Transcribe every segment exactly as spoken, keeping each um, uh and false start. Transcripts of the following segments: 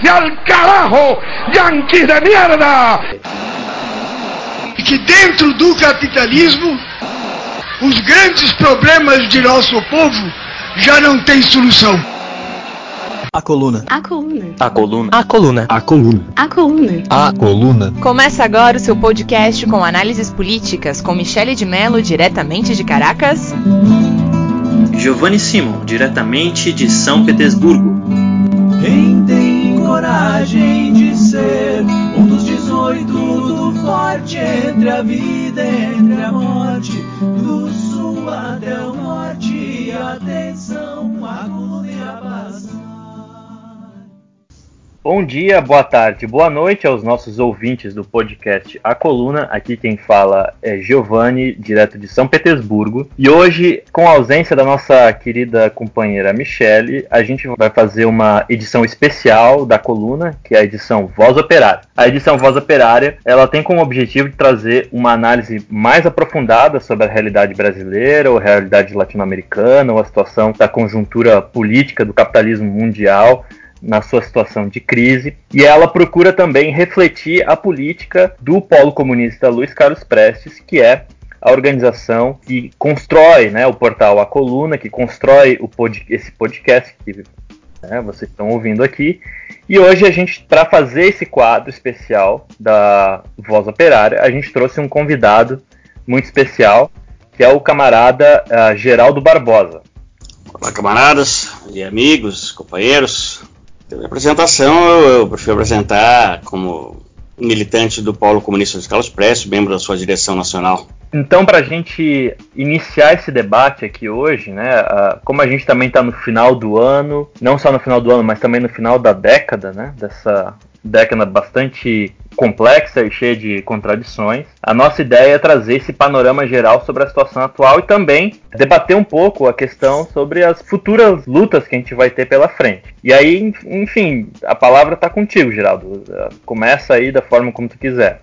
y al carajo, yanquis de mierda! E que dentro do capitalismo, os grandes problemas de nosso povo já não têm solução. A coluna. A coluna. A coluna. A coluna. A coluna. A coluna. A coluna. Começa agora o seu podcast com análises políticas com Michele de Mello, diretamente de Caracas. Giovanni Simon, diretamente de São Petersburgo. Quem tem coragem de ser um dos dezoito do forte, entre a vida e entre a morte, do sul até o norte, atenção, a coluna e a paz. Bom dia, boa tarde, boa noite aos nossos ouvintes do podcast A Coluna. Aqui quem fala é Giovanni, direto de São Petersburgo. E hoje, com a ausência da nossa querida companheira Michele, a gente vai fazer uma edição especial da coluna, que é a edição Voz Operária. A edição Voz Operária, ela tem como objetivo de trazer uma análise mais aprofundada sobre a realidade brasileira, ou a realidade latino-americana, ou a situação da conjuntura política do capitalismo mundial, na sua situação de crise, e ela procura também refletir a política do Polo Comunista Luiz Carlos Prestes, que é a organização que constrói, né, o portal A Coluna, que constrói o pod- esse podcast que, né, vocês estão ouvindo aqui. E hoje a gente, para fazer esse quadro especial da Voz Operária, a gente trouxe um convidado muito especial, que é o camarada uh, Geraldo Barbosa. Olá, camaradas e amigos, companheiros. Pela apresentação, eu, eu prefiro apresentar como militante do Polo Comunista Luiz Carlos Prestes, membro da sua direção nacional. Então, para a gente iniciar esse debate aqui hoje, né, uh, como a gente também está no final do ano, não só no final do ano, mas também no final da década, né, dessa década bastante complexa e cheia de contradições, a nossa ideia é trazer esse panorama geral sobre a situação atual e também debater um pouco a questão sobre as futuras lutas que a gente vai ter pela frente. E aí, enfim, a palavra está contigo, Geraldo. Começa aí da forma como tu quiser.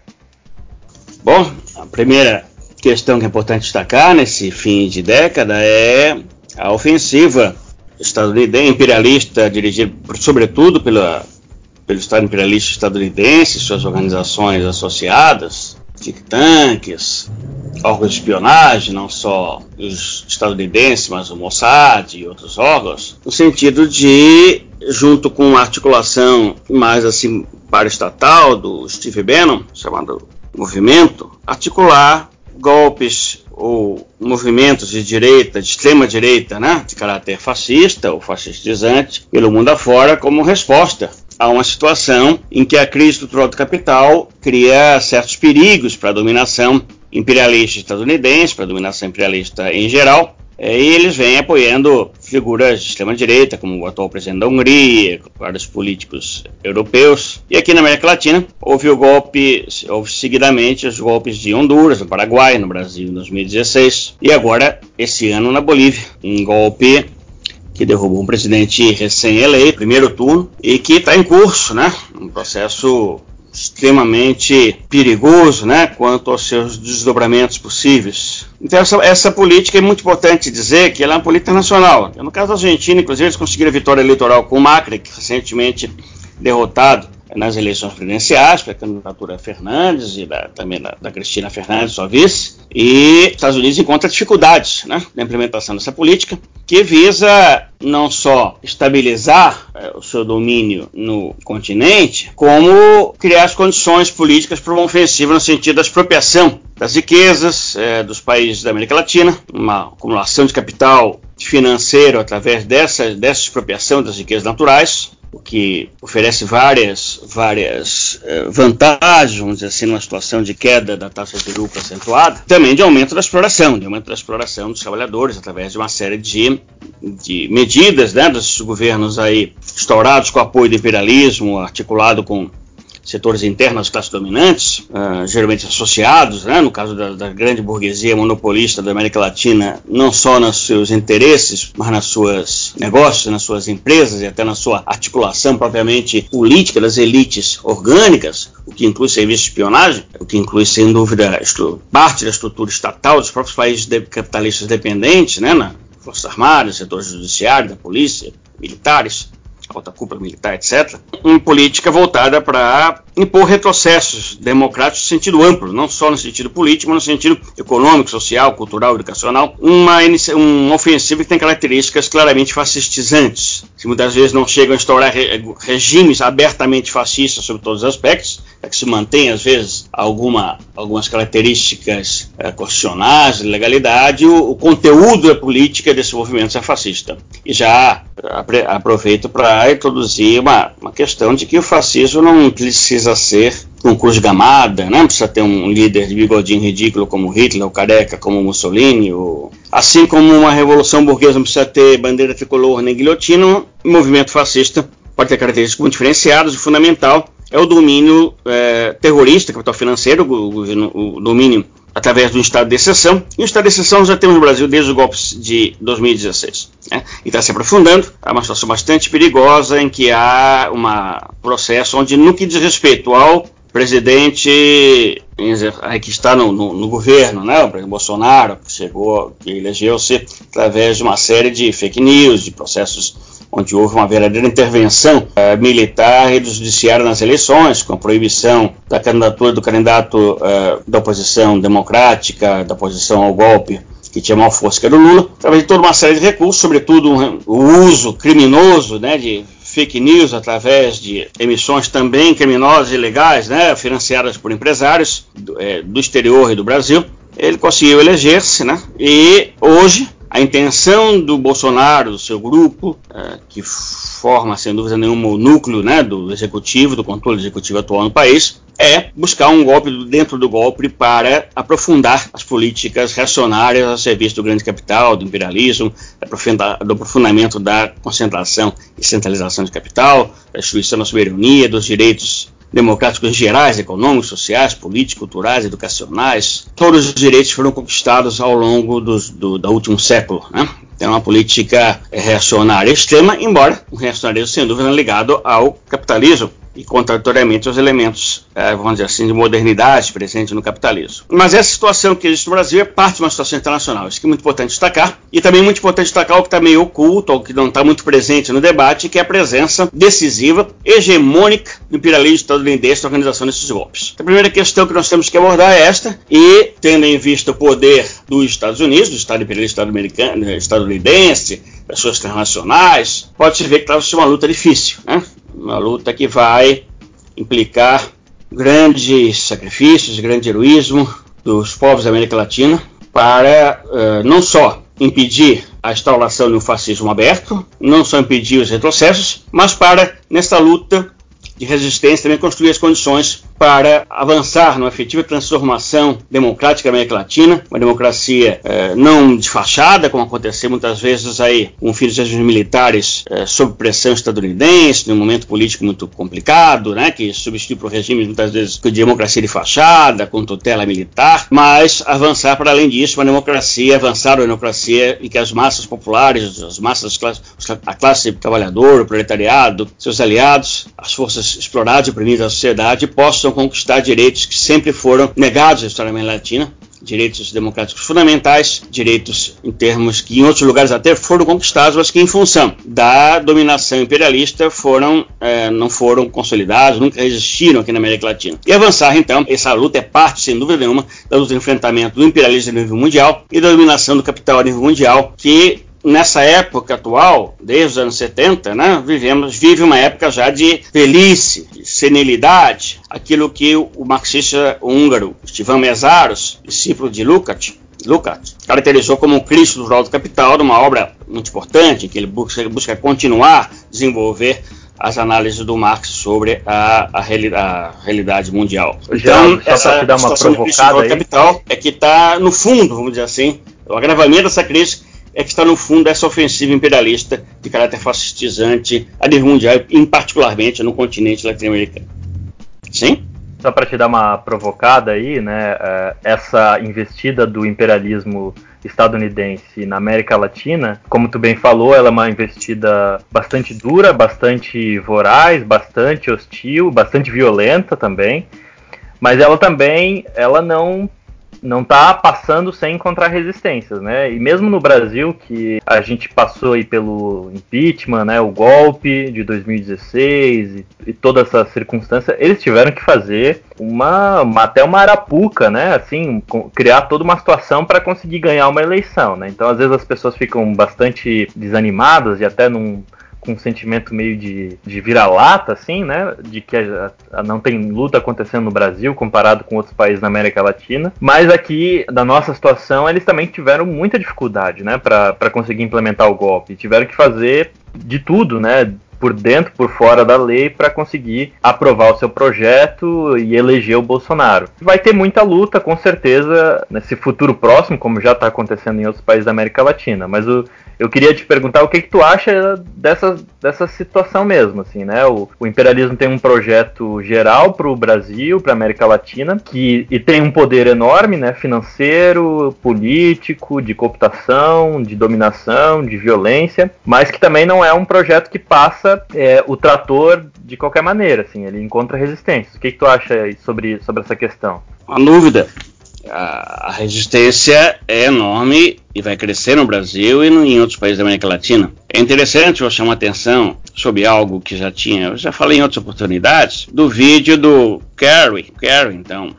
Bom, a primeira questão que é importante destacar nesse fim de década é a ofensiva estadunidense, imperialista, dirigida sobretudo pela pelo Estado imperialista estadunidense, suas organizações associadas, think tanks, órgãos de espionagem, não só os estadunidenses, mas o Mossad e outros órgãos, no sentido de, junto com uma articulação mais assim paraestatal do Steve Bannon, chamado Movimento, articular golpes ou movimentos de direita, de extrema direita, né, de caráter fascista ou fascistizante, pelo mundo afora, como resposta a uma situação em que a crise estrutural do capital cria certos perigos para a dominação imperialista estadunidense, para a dominação imperialista em geral, e eles vêm apoiando figuras de extrema-direita, como o atual presidente da Hungria, vários políticos europeus. E aqui na América Latina houve o golpe, houve seguidamente os golpes de Honduras, no Paraguai, no Brasil em dois mil e dezesseis, e agora, esse ano, na Bolívia, um golpe que derrubou um presidente recém-eleito, primeiro turno, e que está em curso, né, um processo extremamente perigoso, né, quanto aos seus desdobramentos possíveis. Então essa, essa política é muito importante dizer que ela é uma política nacional. No caso da Argentina, inclusive, eles conseguiram a vitória eleitoral com o Macri, que recentemente derrotado nas eleições presidenciais, para a candidatura Fernandes e da, também da, da Cristina Fernandes, sua vice, e os Estados Unidos encontram dificuldades, né, na implementação dessa política, que visa não só estabilizar é, o seu domínio no continente, como criar as condições políticas para uma ofensiva no sentido da expropriação das riquezas é, dos países da América Latina, uma acumulação de capital financeiro através dessa, dessa expropriação das riquezas naturais, o que oferece várias, várias eh, vantagens, vamos dizer assim, numa situação de queda da taxa de lucro acentuada, também de aumento da exploração, de aumento da exploração dos trabalhadores, através de uma série de, de medidas, né, dos governos aí estourados com apoio do imperialismo, articulado com setores internos das classes dominantes, uh, geralmente associados, né, no caso da, da grande burguesia monopolista da América Latina, não só nos seus interesses, mas nas suas negócios, nas suas empresas e até na sua articulação propriamente política das elites orgânicas, o que inclui serviços de espionagem, o que inclui, sem dúvida, parte da estrutura estatal dos próprios países de, capitalistas dependentes, né, na Forças Armadas, setor judiciário, da polícia, militares, alta cúpula militar, etcétera, uma política voltada para impor retrocessos democráticos no sentido amplo, não só no sentido político, mas no sentido econômico, social, cultural, educacional, uma, uma ofensiva que tem características claramente fascistizantes, que muitas vezes não chegam a instaurar re, regimes abertamente fascistas sobre todos os aspectos, é que se mantém às vezes alguma, algumas características é, constitucionais, de legalidade, o, o conteúdo da política desse movimento é fascista. E já apre, aproveito para introduzir uma, uma questão de que o fascismo não precisa ser um Cruz Gamada, né? Não precisa ter um líder de bigodinho ridículo como Hitler, ou careca como Mussolini, ou... assim como uma revolução burguesa não precisa ter bandeira tricolor nem guilhotina, um movimento fascista pode ter características muito diferenciadas, e fundamental é o domínio é, terrorista, capital financeiro, o, o, o domínio através do estado de exceção, e o estado de exceção nós já temos no Brasil desde os golpes de dois mil e dezesseis, né? E está se aprofundando, é uma situação bastante perigosa em que há um processo onde, no que diz respeito ao presidente que está no, no, no governo, né, o presidente Bolsonaro, que chegou, que elegeu-se através de uma série de fake news, de processos onde houve uma verdadeira intervenção uh, militar e do judiciário nas eleições, com a proibição da candidatura do candidato uh, da oposição democrática, da oposição ao golpe, que tinha maior força que era o Lula, através de toda uma série de recursos, sobretudo um, o uso criminoso, né, de fake news através de emissões também criminosas e ilegais, né, financiadas por empresários do, é, do exterior e do Brasil. Ele conseguiu eleger-se, né, e hoje a intenção do Bolsonaro, do seu grupo, é, que forma sem dúvida nenhuma o núcleo, né, do executivo, do controle executivo atual no país, é buscar um golpe dentro do golpe para aprofundar as políticas reacionárias a serviço do grande capital, do imperialismo, do aprofundamento da concentração e centralização de capital, da destruição da soberania, dos direitos democráticos gerais, econômicos, sociais, políticos, culturais, educacionais. Todos os direitos foram conquistados ao longo dos, do, do último século, né? Tem uma política reacionária extrema, embora o reacionarismo, sem dúvida, ligado ao capitalismo e contraditoriamente aos elementos, eh, vamos dizer assim, de modernidade presentes no capitalismo. Mas essa situação que existe no Brasil é parte de uma situação internacional. Isso que é muito importante destacar. E também muito importante destacar o que está meio oculto, ou que não está muito presente no debate, que é a presença decisiva, hegemônica do imperialismo estadunidense na organização desses golpes. A primeira questão que nós temos que abordar é esta, e tendo em vista o poder dos Estados Unidos, do Estado imperialista estadunidense, das suas transnacionais, pode-se ver que trata-se de uma luta difícil, né? Uma luta que vai implicar grandes sacrifícios, grande heroísmo dos povos da América Latina para uh, não só impedir a instauração de um fascismo aberto, não só impedir os retrocessos, mas para, nessa luta de resistência, também construir as condições para avançar numa efetiva transformação democrática da América Latina, uma democracia eh, não de fachada, como aconteceu muitas vezes aí com filhos dos militares eh, sob pressão estadunidense, num momento político muito complicado, né, que substitui por regimes muitas vezes de democracia de fachada, com tutela militar, mas avançar para além disso, uma democracia, avançar uma democracia em que as massas populares, as massas, a classe trabalhadora, o proletariado, seus aliados, as forças exploradas e oprimidas da sociedade possam conquistar direitos que sempre foram negados à história da América Latina, direitos democráticos fundamentais, direitos em termos que em outros lugares até foram conquistados, mas que em função da dominação imperialista foram, é, não foram consolidados, nunca resistiram aqui na América Latina. E avançar então, essa luta é parte, sem dúvida nenhuma, da luta de enfrentamento do imperialismo a nível mundial e da dominação do capital a nível mundial, que nessa época atual, desde os anos setenta, né, vivemos, vive uma época já de velhice, de senilidade, aquilo que o, o marxista húngaro Stefan Mészáros, discípulo de Lukács, Lukács, caracterizou como o Cristo do Rural do Capital, numa obra muito importante, que ele busca, busca continuar, desenvolver as análises do Marx sobre a, a, reali a realidade mundial. Então, Geraldo, essa dar uma situação do Cristo do Rural do Capital é que está no fundo, vamos dizer assim, o agravamento dessa crise é que está no fundo essa ofensiva imperialista de caráter fascistizante a nível mundial, e particularmente no continente latino-americano. Sim? Só para te dar uma provocada aí, né, essa investida do imperialismo estadunidense na América Latina, como tu bem falou, ela é uma investida bastante dura, bastante voraz, bastante hostil, bastante violenta também, mas ela também, ela não não está passando sem encontrar resistências, né? E mesmo no Brasil, que a gente passou aí pelo impeachment, né, o golpe de dois mil e dezesseis e, e toda essa circunstância, eles tiveram que fazer uma, uma até uma arapuca, né? Assim, criar toda uma situação para conseguir ganhar uma eleição, né? Então, às vezes as pessoas ficam bastante desanimadas e até num com um sentimento meio de, de vira-lata, assim, né, de que a, a não tem luta acontecendo no Brasil comparado com outros países na América Latina, mas aqui, da nossa situação, eles também tiveram muita dificuldade, né, para conseguir implementar o golpe, tiveram que fazer de tudo, né, por dentro, por fora da lei, para conseguir aprovar o seu projeto e eleger o Bolsonaro. Vai ter muita luta, com certeza, nesse futuro próximo, como já está acontecendo em outros países da América Latina, mas o eu queria te perguntar o que, que tu acha dessa, dessa situação mesmo, assim, né? O, o imperialismo tem um projeto geral para o Brasil, para a América Latina, que e tem um poder enorme, né? Financeiro, político, de cooptação, de dominação, de violência, mas que também não é um projeto que passa é, o trator de qualquer maneira, assim, ele encontra resistência. O que, que tu acha sobre, sobre essa questão? Uma dúvida. A resistência é enorme e vai crescer no Brasil e em outros países da América Latina. É interessante eu chamar a atenção sobre algo que já tinha, eu já falei em outras oportunidades, do vídeo do Kerry, Kerry então,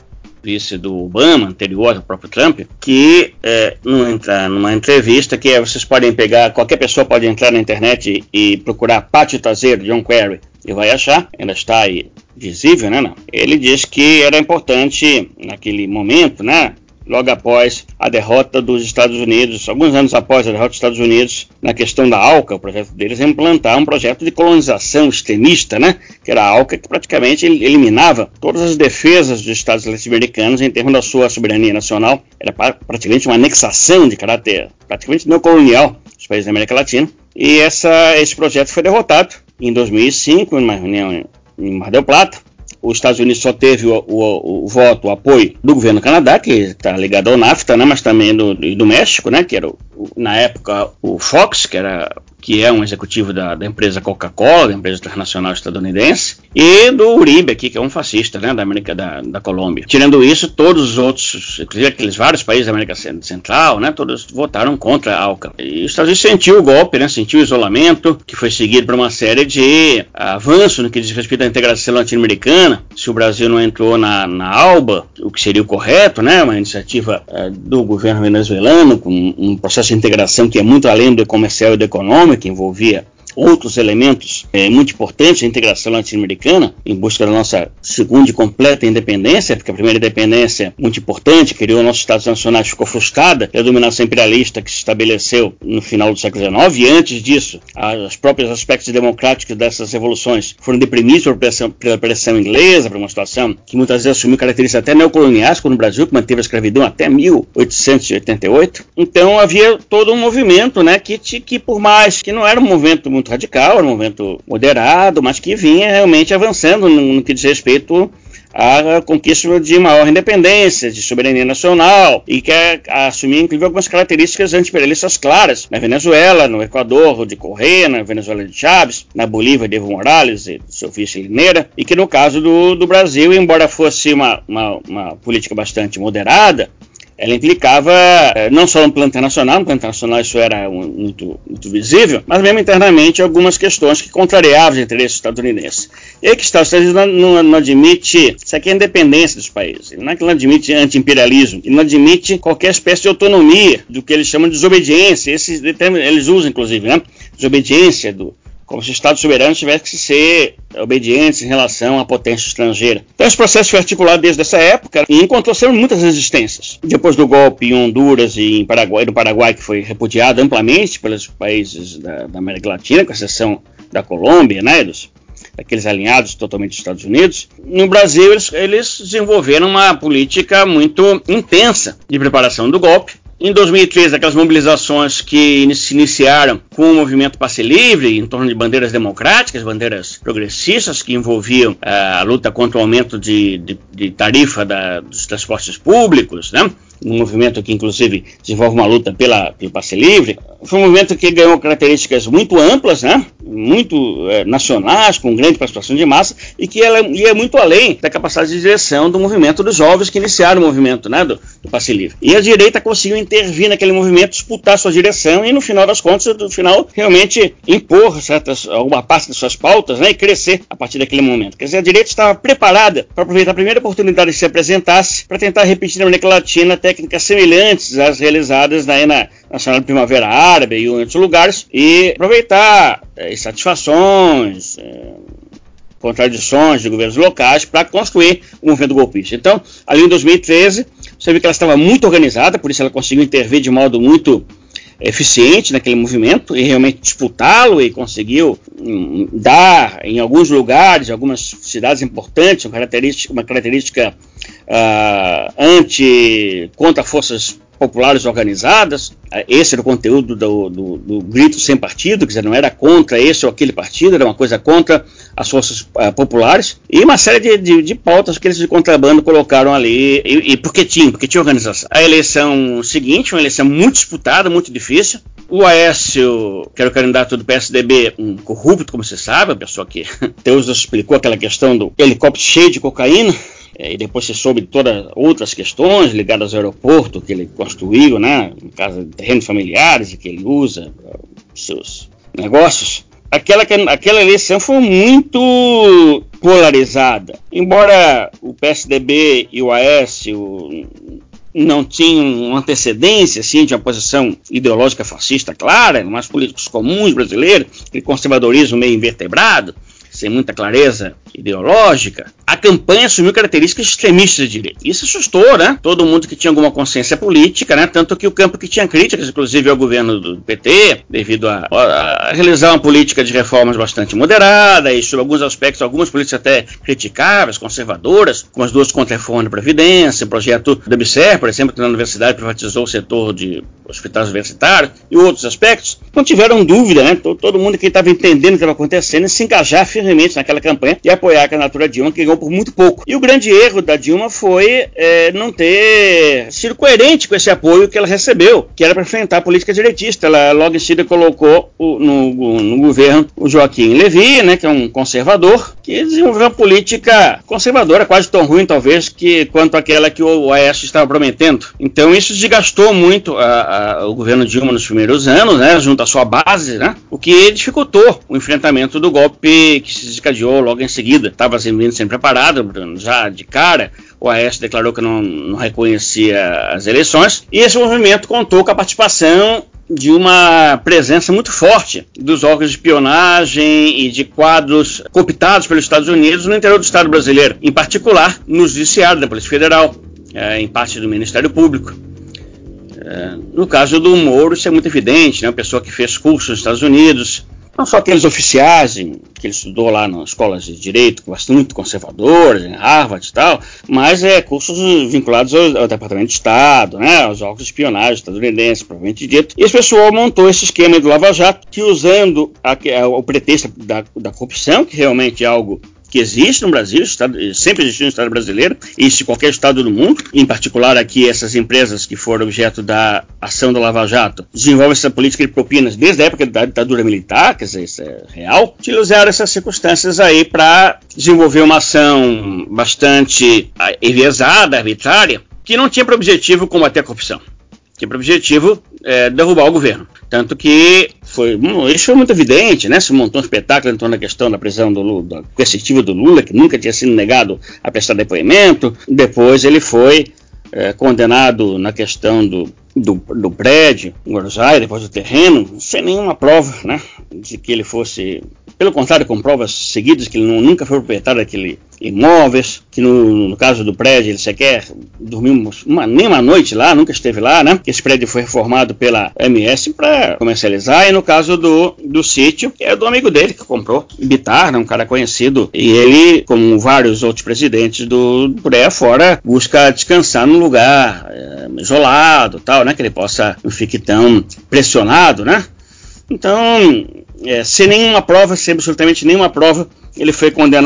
vice do Obama, anterior ao próprio Trump, que é, numa, numa entrevista que é, vocês podem pegar, qualquer pessoa pode entrar na internet e, e procurar Pátio Traseiro, John Kerry, e vai achar, ainda está aí visível, né? Não. Ele diz que era importante, naquele momento, né, logo após a derrota dos Estados Unidos, alguns anos após a derrota dos Estados Unidos, na questão da ALCA, o projeto deles é implantar um projeto de colonização extremista, né, que era a ALCA, que praticamente eliminava todas as defesas dos Estados latino-americanos em termos da sua soberania nacional, era praticamente uma anexação de caráter praticamente neocolonial dos países da América Latina, e essa, esse projeto foi derrotado em dois mil e cinco, em uma reunião em Mar del Plata. Os Estados Unidos só teve o, o, o voto, o apoio do governo do Canadá, que está ligado ao NAFTA, né, mas também do, do México, né, que era, o, na época, o Fox, que, era, que é um executivo da, da empresa Coca-Cola, da empresa internacional estadunidense, e do Uribe, aqui, que é um fascista, né, da América da, da Colômbia. Tirando isso, todos os outros, inclusive aqueles vários países da América Central, né, todos votaram contra a ALCA. E os Estados Unidos sentiu o golpe, né, sentiu o isolamento, que foi seguido por uma série de avanços no que diz respeito à integração latino-americana. Se o Brasil não entrou na, na ALBA, o que seria o correto, né, uma iniciativa uh, do governo venezuelano, com um processo de integração que é muito além do comercial e do econômico, que envolvia outros elementos é, muito importantes, a integração latino-americana, em busca da nossa segunda e completa independência, porque a primeira independência, muito importante, criou nossos Estados Nacionais, ficou frustrada pela dominação imperialista que se estabeleceu no final do século dezenove, e antes disso, os próprios aspectos democráticos dessas revoluções foram deprimidos pela pressão, pela pressão inglesa, por uma situação que muitas vezes assumiu características até neocoloniais, como no Brasil, que manteve a escravidão até mil oitocentos e oitenta e oito. Então havia todo um movimento, né, que, que por mais que não era um movimento muito radical, era um movimento moderado, mas que vinha realmente avançando no, no que diz respeito à conquista de maior independência, de soberania nacional, e que assumia inclusive algumas características anti-imperialistas claras, na Venezuela, no Equador de Correa, na Venezuela de Chávez, na Bolívia de Evo Morales e seu vice Lineira, e que no caso do, do Brasil, embora fosse uma, uma, uma política bastante moderada, ela implicava eh, não só no plano internacional, no plano internacional isso era um, muito, muito visível, mas mesmo internamente algumas questões que contrariavam os interesses estadunidenses. E aí que está, os Estados Unidos não, não, não admite, isso aqui é a independência dos países, ele não, é que não admite anti-imperialismo, ele não admite qualquer espécie de autonomia, do que eles chamam de desobediência, esses eles usam inclusive, né, desobediência do como se os Estados soberanos tivessem que ser obedientes em relação à potência estrangeira. Então esse processo foi articulado desde essa época e encontrou sempre muitas resistências. Depois do golpe em Honduras e em Paraguai, no Paraguai, que foi repudiado amplamente pelos países da, da América Latina, com exceção da Colômbia, né, dos, daqueles alinhados totalmente dos Estados Unidos. No Brasil eles, eles desenvolveram uma política muito intensa de preparação do golpe. Em dois mil e treze, aquelas mobilizações que se iniciaram com o movimento Passe Livre, em torno de bandeiras democráticas, bandeiras progressistas, que envolviam uh, a luta contra o aumento de, de, de tarifa da, dos transportes públicos, né? Um movimento que, inclusive, desenvolve uma luta pela, pelo Passe Livre. Foi um movimento que ganhou características muito amplas, né? Muito é, nacionais, com grande participação de massa, e que ela ia muito além da capacidade de direção do movimento dos jovens que iniciaram o movimento, né, do, do Passe Livre. E a direita conseguiu intervir naquele movimento, disputar sua direção e, no final das contas, no final, realmente impor certas, alguma parte de suas pautas, né, e crescer a partir daquele momento. Quer dizer, a direita estava preparada para aproveitar a primeira oportunidade que se apresentasse para tentar repetir na América Latina técnicas semelhantes às realizadas na, na Nacional Primavera Árabe e em outros lugares, e aproveitar é, insatisfações, é, contradições de governos locais para construir o movimento golpista. Então, ali em dois mil e treze, você viu que ela estava muito organizada, por isso ela conseguiu intervir de modo muito eficiente naquele movimento e realmente disputá-lo, e conseguiu hum, dar em alguns lugares, em algumas cidades importantes, uma característica, uma característica uh, anti contra forças populares organizadas. Esse era o conteúdo do, do, do grito sem partido, quer dizer, não era contra esse ou aquele partido, era uma coisa contra as forças uh, populares, e uma série de, de, de pautas que eles de contrabando colocaram ali, e, e porque tinha, porque tinha organização. A eleição seguinte, uma eleição muito disputada, muito difícil. O Aécio, que era o candidato do P S D B, um corrupto, como você sabe, a pessoa que Deus explicou aquela questão do helicóptero cheio de cocaína, e depois se soube de todas outras questões ligadas ao aeroporto que ele construiu, né, em casa de terrenos familiares, e que ele usa para os seus negócios. Aquela, aquela eleição foi muito polarizada. Embora o P S D B e o Aécio não tinham uma antecedência assim, de uma posição ideológica fascista clara, eram mais políticos comuns brasileiros, aquele conservadorismo meio invertebrado, sem muita clareza ideológica, a campanha assumiu características extremistas de direita. Isso assustou, né? Todo mundo que tinha alguma consciência política, né? Tanto que o campo que tinha críticas, inclusive ao governo do P T, devido a, a realizar uma política de reformas bastante moderada, e sobre alguns aspectos, algumas políticas até criticáveis, conservadoras, como as duas contra-reformas da Previdência, o projeto do B C E R, por exemplo, que na universidade privatizou o setor de hospitais universitários, e outros aspectos, não tiveram dúvida, né? Todo, todo mundo que estava entendendo o que estava acontecendo, se engajar firmemente naquela campanha e apoiar a candidatura Dilma, que ganhou por muito pouco. E o grande erro da Dilma foi é, não ter sido coerente com esse apoio que ela recebeu, que era para enfrentar a política direitista. Ela logo em seguida colocou o, no, no governo o Joaquim Levy, né, que é um conservador, que desenvolveu uma política conservadora, quase tão ruim talvez que quanto aquela que o Aécio estava prometendo. Então isso desgastou muito a, a, o governo Dilma nos primeiros anos, né, junto à sua base, né, o que dificultou o enfrentamento do golpe que se desencadeou logo em seguida. Estava sendo sempre preparado, já de cara. O Aécio declarou que não, não reconhecia as eleições, e esse movimento contou com a participação de uma presença muito forte dos órgãos de espionagem e de quadros cooptados pelos Estados Unidos no interior do Estado brasileiro, em particular no Judiciário da Polícia Federal, é, em parte do Ministério Público. É, no caso do Moro, isso é muito evidente, né? Uma pessoa que fez cursos nos Estados Unidos, não só aqueles oficiais que ele estudou lá nas escolas de direito, muito conservadoras, em Harvard e tal, mas é, cursos vinculados ao, ao Departamento de Estado, né, aos órgãos de espionagem estadunidenses, provavelmente dito. E esse pessoal montou esse esquema do Lava Jato, que usando a, a, o pretexto da, da corrupção, que realmente é algo que existe no Brasil, estado, sempre existiu no Estado brasileiro, e isso em qualquer estado do mundo, em particular aqui essas empresas que foram objeto da ação do Lava Jato, desenvolvem essa política de propinas desde a época da ditadura militar, quer dizer, isso é real, utilizaram essas circunstâncias aí para desenvolver uma ação bastante enviesada, arbitrária, que não tinha por objetivo combater a corrupção, tinha por objetivo é, derrubar o governo. Tanto que foi, isso foi muito evidente, né? Se montou um espetáculo em torno da questão da prisão do Lula, da coercitiva do Lula, que nunca tinha sido negado a prestar depoimento. Depois ele foi é, condenado na questão do, do, do prédio em Buenos Aires, depois do terreno, sem nenhuma prova, né, de que ele fosse, pelo contrário, com provas seguidas que ele não, nunca foi proprietário daquele imóveis, que no, no caso do prédio ele sequer dormiu uma, nem uma noite lá, nunca esteve lá, né? Esse prédio foi reformado pela M S para comercializar, e no caso do, do sítio, que é do amigo dele que comprou, Bitar, né, um cara conhecido, e ele, como vários outros presidentes do por aí afora, busca descansar num lugar é, isolado, tal, né? Que ele possa não fique tão pressionado, né? Então, é, sem nenhuma prova, sem absolutamente nenhuma prova, ele foi condenado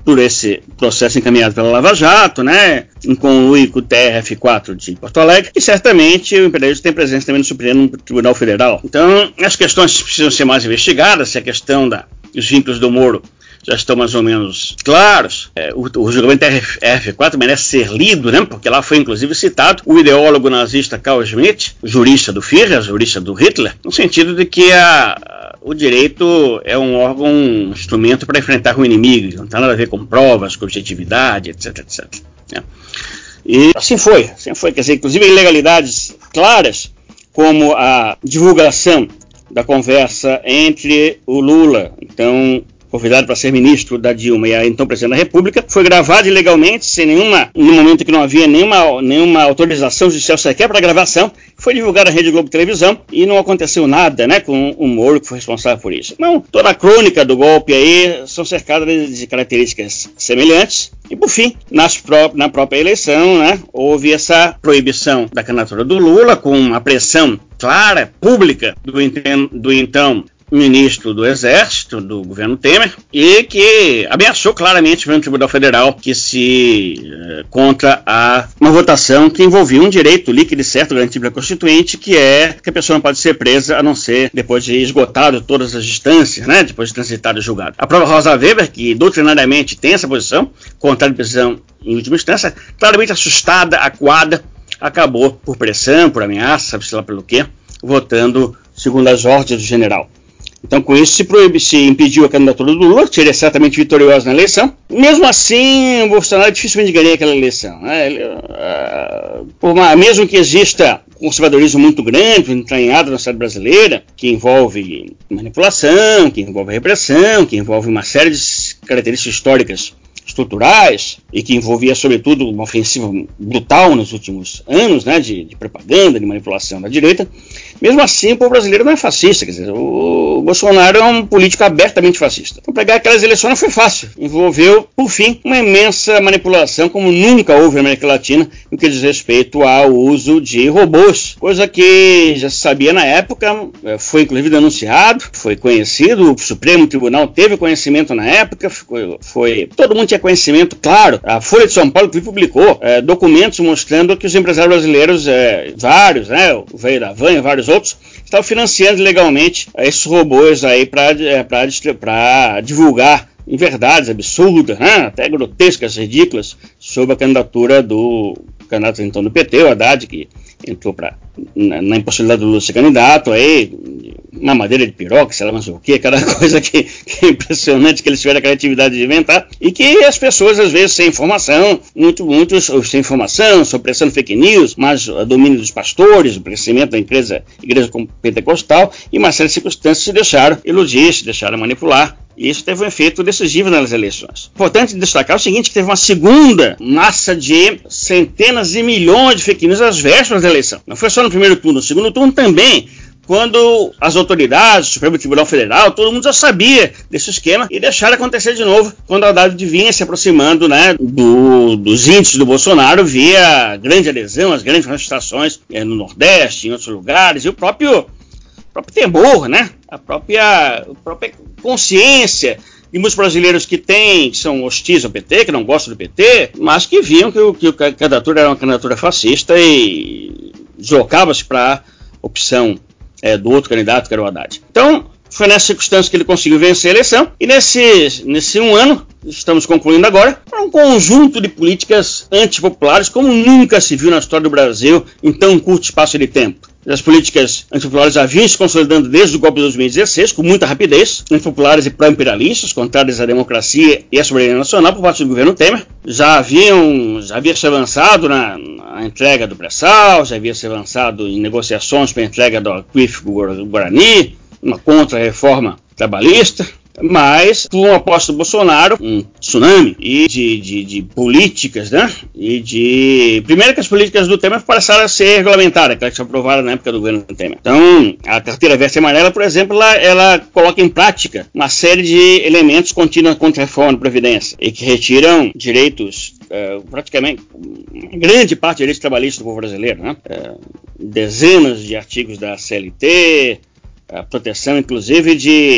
por esse processo encaminhado pela Lava Jato, né, em conluio com o T R F quatro de Porto Alegre, e certamente o imperialismo tem presença também no Supremo Tribunal Federal. Então, as questões precisam ser mais investigadas, se a questão da, dos vínculos do Moro já estão mais ou menos claros. É, o, o julgamento T R F quatro merece ser lido, né, porque lá foi inclusive citado o ideólogo nazista Carl Schmitt, jurista do Führer, jurista do Hitler, no sentido de que a, o direito é um órgão, um instrumento para enfrentar o inimigo, não tem nada a ver com provas, com objetividade, etc, etcétera. É. E assim foi, assim foi, quer dizer, inclusive ilegalidades claras, como a divulgação da conversa entre o Lula, então convidado para ser ministro da Dilma e a então presidente da República, foi gravado ilegalmente, sem nenhuma, no momento que não havia nenhuma, nenhuma autorização judicial sequer para a gravação, foi divulgado na Rede Globo Televisão e não aconteceu nada, né, com o Moro, que foi responsável por isso. Então, toda a crônica do golpe aí são cercadas de características semelhantes. E, por fim, nas pró- na própria eleição, né, houve essa proibição da candidatura do Lula, com uma pressão clara, pública, do, enten- do então ministro do Exército, do governo Temer, e que ameaçou claramente no Tribunal Federal que se eh, contra a, uma votação que envolvia um direito líquido e certo garantido pela Constituinte, que é que a pessoa não pode ser presa a não ser depois de esgotado todas as instâncias, né, depois de transitado e julgado. A própria Rosa Weber, que doutrinariamente tem essa posição, contrária de prisão em última instância, claramente assustada, acuada, acabou por pressão, por ameaça, sabe-se lá pelo quê, votando segundo as ordens do general. Então, com isso, se, proíbe, se impediu a candidatura do Lula, que seria certamente vitoriosa na eleição. Mesmo assim, o Bolsonaro dificilmente ganharia aquela eleição, né? Ele, uh, por uma, mesmo que exista um conservadorismo muito grande, entranhado na sociedade brasileira, que envolve manipulação, que envolve repressão, que envolve uma série de características históricas estruturais e que envolvia, sobretudo, uma ofensiva brutal nos últimos anos, né, de, de propaganda, de manipulação da direita. Mesmo assim, o povo brasileiro não é fascista, quer dizer, o Bolsonaro é um político abertamente fascista. Então, pegar aquelas eleições não foi fácil. Envolveu, por fim, uma imensa manipulação, como nunca houve na América Latina, no que diz respeito ao uso de robôs, coisa que já se sabia na época, foi inclusive denunciado, foi conhecido, o Supremo Tribunal teve conhecimento na época, foi, foi todo mundo tinha conhecimento, claro. A Folha de São Paulo publicou é, documentos mostrando que os empresários brasileiros, é, vários, né, o Veio da Van e vários outros, estavam financiando legalmente esses robôs aí para é, divulgar inverdades absurdas, né, até grotescas, ridículas, sobre a candidatura do candidato então do P T, o Haddad, que entrou pra, na, na impossibilidade do Lula ser candidato, aí, uma madeira de piroca, sei lá mais o que, cada coisa que, que é impressionante que eles tiveram a criatividade de inventar, e que as pessoas, às vezes, sem informação, muito, muitos sem informação, sob pressão fake news, mas o domínio dos pastores, o crescimento da igreja, igreja pentecostal, e uma série de circunstâncias se deixaram iludir, se deixaram manipular. E isso teve um efeito decisivo nas eleições. Importante destacar o seguinte, que teve uma segunda massa de centenas de milhões de fake news às vésperas da eleição. Não foi só no primeiro turno, no segundo turno também, quando as autoridades, o Supremo Tribunal Federal, todo mundo já sabia desse esquema e deixaram acontecer de novo quando o Haddad vinha se aproximando, né, do, dos índices do Bolsonaro via grande adesão, as grandes manifestações é, no Nordeste, em outros lugares, e o próprio, próprio temor, né, a própria, a própria consciência de muitos brasileiros que têm, que são hostis ao P T, que não gostam do P T, mas que viam que, o, que a candidatura era uma candidatura fascista e deslocava-se para a opção é, do outro candidato, que era o Haddad. Então, foi nessa circunstância que ele conseguiu vencer a eleição, e nesse, nesse um ano, estamos concluindo agora, um conjunto de políticas antipopulares como nunca se viu na história do Brasil em tão curto espaço de tempo. As políticas antipopulares haviam se consolidando desde o golpe de dois mil e dezesseis, com muita rapidez, antipopulares e pró-imperialistas, contrárias à democracia e à soberania nacional por parte do governo Temer. Já haviam, já havia se avançado na, na entrega do pré-sal, já havia se avançado em negociações para a entrega do aquífero Guarani, uma contra-reforma trabalhista. Mas, com a aposta do Bolsonaro, um tsunami e de, de, de políticas, né? E de. Primeiro que as políticas do Temer passaram a ser regulamentadas, aquelas que foram aprovadas na época do governo do Temer. Então, a carteira verde e amarela, por exemplo, ela, ela coloca em prática uma série de elementos contínuos contra a reforma da Previdência e que retiram direitos, é, praticamente, grande parte de direitos trabalhistas do povo brasileiro, né? É, dezenas de artigos da C L T, a proteção, inclusive, de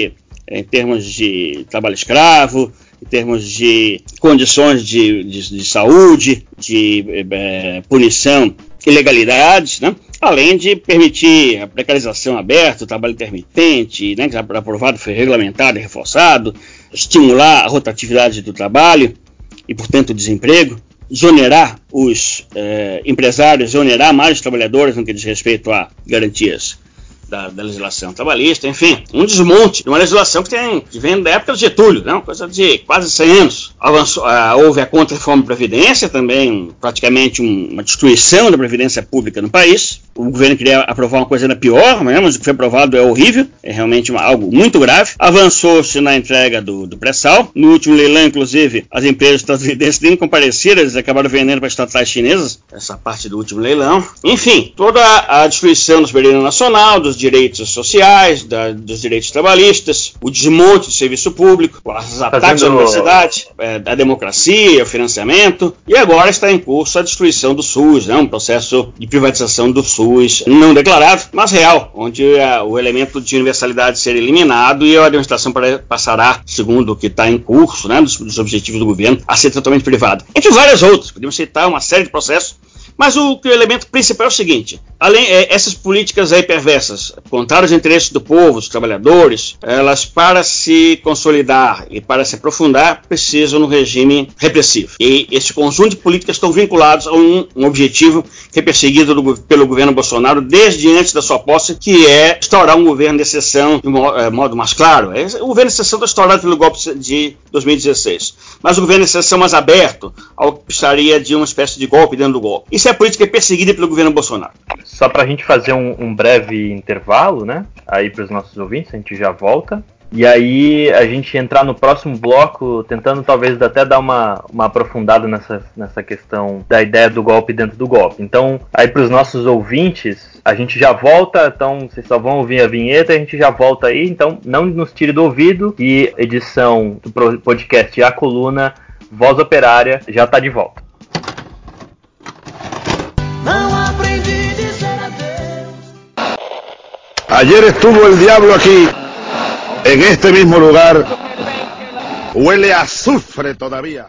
em termos de trabalho escravo, em termos de condições de, de, de saúde, de é, punição, ilegalidades, né? Além de permitir a precarização aberta, o trabalho intermitente, né, que já aprovado, foi regulamentado e reforçado, estimular a rotatividade do trabalho e, portanto, o desemprego, exonerar os eh, empresários, exonerar mais os trabalhadores no que diz respeito a garantias da, da legislação trabalhista, enfim, um desmonte de uma legislação que, tem, que vem da época do Getúlio, né, uma coisa de quase cem anos. Avançou, ah, houve a contra-reforma da Previdência, também praticamente um, uma destruição da Previdência Pública no país. O governo queria aprovar uma coisa ainda pior, mas o que foi aprovado é horrível, é realmente uma, algo muito grave. Avançou-se na entrega do, do pré-sal. No último leilão, inclusive, as empresas estadunidenses nem compareceram, eles acabaram vendendo para estatais chinesas, essa parte do último leilão. Enfim, toda a, a destruição do soberano nacional, dos direitos sociais, da, dos direitos trabalhistas, o desmonte do serviço público, os ataques à universidade, é, a democracia, o financiamento, e agora está em curso a destruição do SUS, né, um processo de privatização do SUS não declarado, mas real, onde uh, o elemento de universalidade será eliminado e a administração passará, segundo o que está em curso, né, dos, dos objetivos do governo, a ser totalmente privada. Entre várias outras, podemos citar uma série de processos, mas o, o elemento principal é o seguinte: além é, essas políticas aí perversas, contrárias aos interesses do povo, dos trabalhadores, elas, para se consolidar e para se aprofundar, precisam no regime repressivo. E esse conjunto de políticas estão vinculados a um, um objetivo que é perseguido do, pelo governo Bolsonaro desde antes da sua posse, que é instaurar um governo de exceção de modo, é, modo mais claro. É, o governo de exceção está instaurado pelo golpe de dois mil e dezesseis, mas o governo de exceção mais aberto, ao que precisaria de uma espécie de golpe dentro do golpe. Isso é a política é perseguida pelo governo Bolsonaro. Só para a gente fazer um, um breve intervalo, né? Aí para os nossos ouvintes, a gente já volta. E aí a gente entrar no próximo bloco, tentando talvez até dar uma, uma aprofundada nessa, nessa questão da ideia do golpe dentro do golpe. Então, aí para os nossos ouvintes, a gente já volta, então vocês só vão ouvir a vinheta e a gente já volta aí. Então, não nos tire do ouvido, e edição do podcast A Coluna, Voz Operária, já está de volta. Ayer estuvo el diablo aquí, en este mismo lugar. Huele a azufre todavía.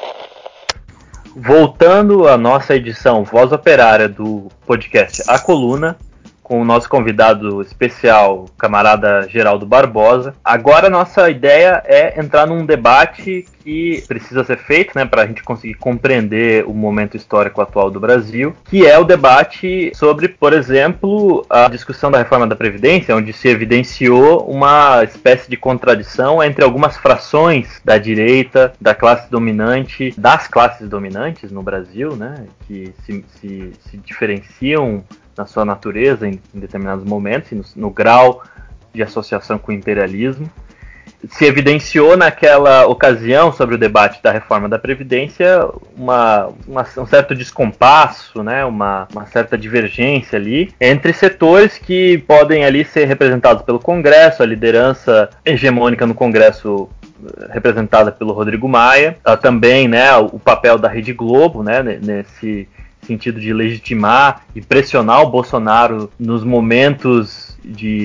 Voltando à nossa edição Voz Operária do podcast A Coluna, com o nosso convidado especial, camarada Geraldo Barbosa. Agora a nossa ideia é entrar num debate que precisa ser feito, né, para a gente conseguir compreender o momento histórico atual do Brasil, que é o debate sobre, por exemplo, a discussão da reforma da Previdência, onde se evidenciou uma espécie de contradição entre algumas frações da direita, da classe dominante, das classes dominantes no Brasil, né, que se, se, se diferenciam na sua natureza em, em determinados momentos, e no, no grau de associação com o imperialismo. Se evidenciou naquela ocasião, sobre o debate da reforma da Previdência, uma, uma, um certo descompasso, né, uma, uma certa divergência ali entre setores que podem ali ser representados pelo Congresso, a liderança hegemônica no Congresso representada pelo Rodrigo Maia, também, né, o papel da Rede Globo, né, nesse sentido de legitimar e pressionar o Bolsonaro nos momentos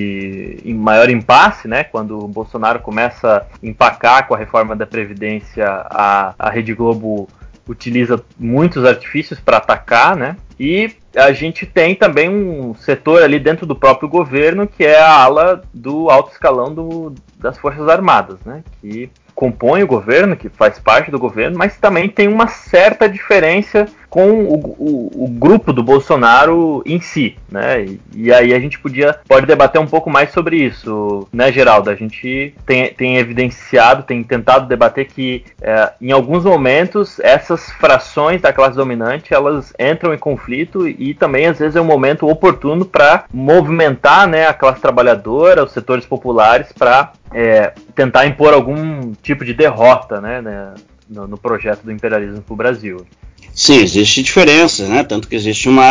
de maior impasse, né? Quando o Bolsonaro começa a empacar com a reforma da Previdência, a, a Rede Globo utiliza muitos artifícios para atacar, né? E a gente tem também um setor ali dentro do próprio governo, que é a ala do alto escalão do, das Forças Armadas, né? Que compõe o governo, que faz parte do governo, mas também tem uma certa diferença com o, o, o grupo do Bolsonaro em si, né? E, e aí a gente podia, pode debater um pouco mais sobre isso, né, Geraldo? A gente tem, tem evidenciado, tem tentado debater que é, em alguns momentos essas frações da classe dominante, elas entram em conflito, e também às vezes é um momento oportuno para movimentar, né, a classe trabalhadora, os setores populares, para é, tentar impor algum tipo de derrota, né, né, no, no projeto do imperialismo para o Brasil. Sim, existe diferença, né? Tanto que existe uma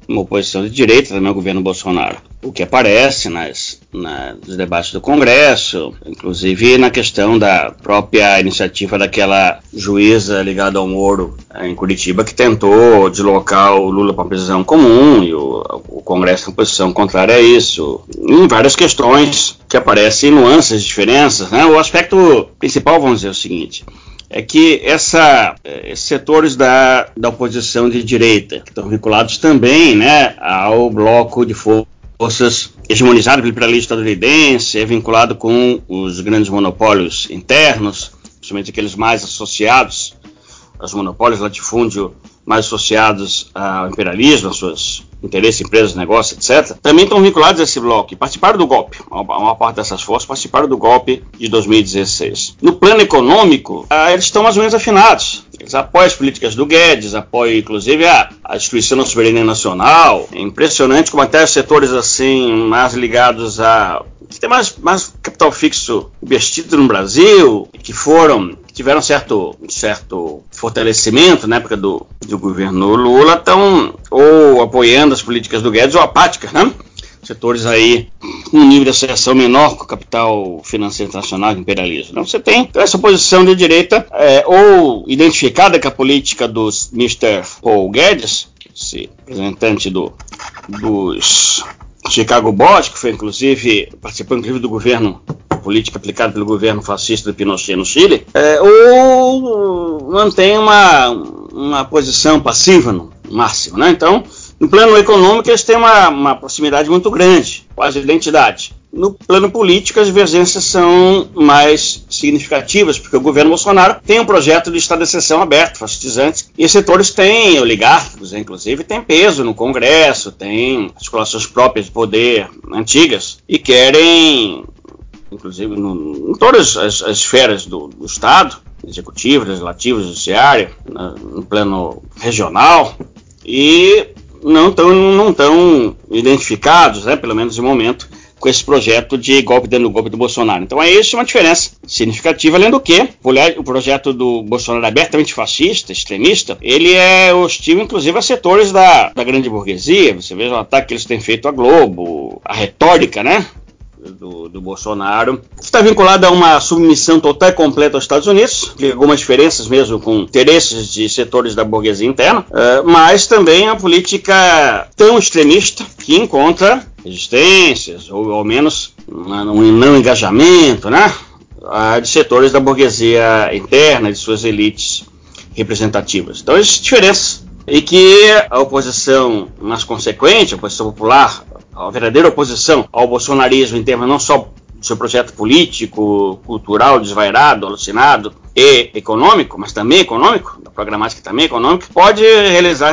uma oposição de direita também ao governo Bolsonaro. O que aparece nas, na, nos debates do Congresso, inclusive na questão da própria iniciativa daquela juíza ligada ao Moro em Curitiba, que tentou deslocar o Lula para uma prisão comum, e o, o Congresso tem posição contrária a isso, em várias questões que aparecem nuances, diferenças, né? O aspecto principal, vamos dizer o seguinte, é que essa, esses setores da, da oposição de direita, que estão vinculados também, né, ao bloco de forças hegemonizado pelo imperialismo estadunidense, é vinculado com os grandes monopólios internos, principalmente aqueles mais associados aos monopólios, latifúndio, mais associados ao imperialismo, aos seus interesses, empresas, negócios, etcétera, também estão vinculados a esse bloco e participaram do golpe. A maior parte dessas forças participaram do golpe de dois mil e dezesseis. No plano econômico, ah, eles estão mais ou menos afinados. Eles apoiam as políticas do Guedes, apoiam inclusive a, a destruição da soberania nacional. É impressionante como até os setores assim mais ligados a que tem mais, mais capital fixo investido no Brasil, que foram, que tiveram certo, certo fortalecimento na época do, do governo Lula, estão ou apoiando as políticas do Guedes ou apáticas, né? Setores aí com um nível de associação menor com o capital financeiro internacional e imperialismo. Então você tem essa posição de direita é, ou identificada com a política do mister Paul Guedes, esse representante do, dos Chicago Boys, que foi inclusive, participou inclusive do governo, política aplicada pelo governo fascista do Pinochet no Chile, é, ou mantém uma, uma posição passiva no máximo, né? Então, no plano econômico, eles têm uma, uma proximidade muito grande, quase identidade. No plano político, as divergências são mais significativas, porque o governo Bolsonaro tem um projeto de estado de exceção aberto, fascistizante, e os setores têm, oligárquicos, inclusive, têm peso no Congresso, têm articulações próprias de poder antigas, e querem, inclusive, no, em todas as, as esferas do, do Estado, executivo, legislativo, judiciário, no, no plano regional, e não estão não tão identificados, né, pelo menos no momento, com esse projeto de golpe dentro do golpe do Bolsonaro. Então é isso uma diferença significativa, além do que o projeto do Bolsonaro é abertamente fascista, extremista, ele é hostil inclusive a setores da, da grande burguesia. Você veja o ataque que eles têm feito à Globo, a retórica, né, do, do Bolsonaro. Está vinculado a uma submissão total e completa aos Estados Unidos, que tem algumas diferenças mesmo com interesses de setores da burguesia interna, uh, mas também a política tão extremista que encontra resistências, ou ao menos um não engajamento, né, uh, de setores da burguesia interna, de suas elites representativas. Então, existem diferenças. E que a oposição mais consequente, a oposição popular, a verdadeira oposição ao bolsonarismo em termos não só do seu projeto político, cultural, desvairado, alucinado e econômico, mas também econômico, da programática também econômica, pode realizar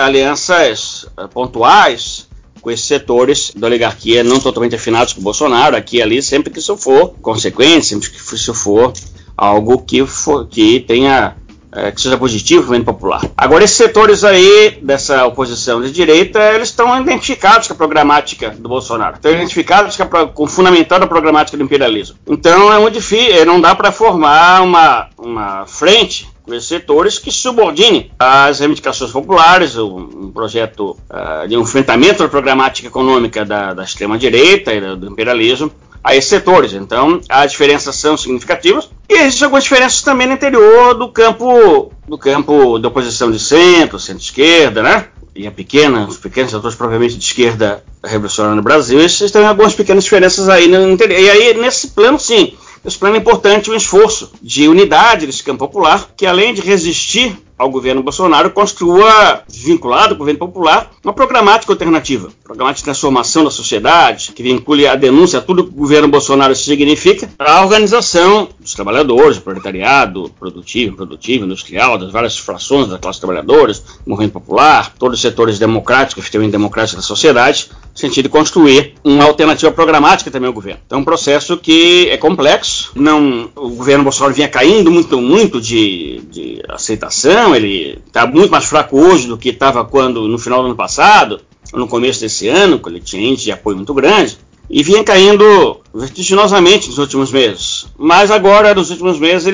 alianças pontuais com esses setores da oligarquia não totalmente afinados com o Bolsonaro, aqui e ali, sempre que isso for consequente, sempre que isso for algo que, for, que tenha... É, que seja positivo para o movimento popular. Agora, esses setores aí dessa oposição de direita, eles estão identificados com a programática do Bolsonaro, estão identificados com, a, com fundamental a programática do imperialismo. Então, é muito difícil, não dá para formar uma, uma frente com esses setores que subordine as reivindicações populares, um, um projeto uh, de um enfrentamento da programática econômica da, da extrema-direita e do imperialismo a esses setores. Então, as diferenças são significativas e existem algumas diferenças também no interior do campo, do campo da oposição de centro, centro-esquerda, né? E a pequena, os pequenos setores provavelmente de esquerda revolucionária no Brasil, existem algumas pequenas diferenças aí no interior. E aí, nesse plano, sim, nesse plano é importante um esforço de unidade desse campo popular, que além de resistir ao governo Bolsonaro, construa, vinculado ao governo popular, uma programática alternativa, programática de transformação da sociedade, que vincule a denúncia a tudo que o governo Bolsonaro significa, a organização dos trabalhadores, do proletariado, produtivo, improdutivo, industrial, das várias frações das classes trabalhadoras, do movimento popular, todos os setores democráticos, efetivamente democráticos da sociedade, no sentido de construir uma alternativa programática também ao governo. Então é um processo que é complexo, não, o governo Bolsonaro vinha caindo muito, muito de, de aceitação, ele está muito mais fraco hoje do que estava quando no final do ano passado, ou no começo desse ano, quando ele tinha índice de apoio muito grande, e vinha caindo vertiginosamente nos últimos meses. Mas agora, nos últimos meses, ele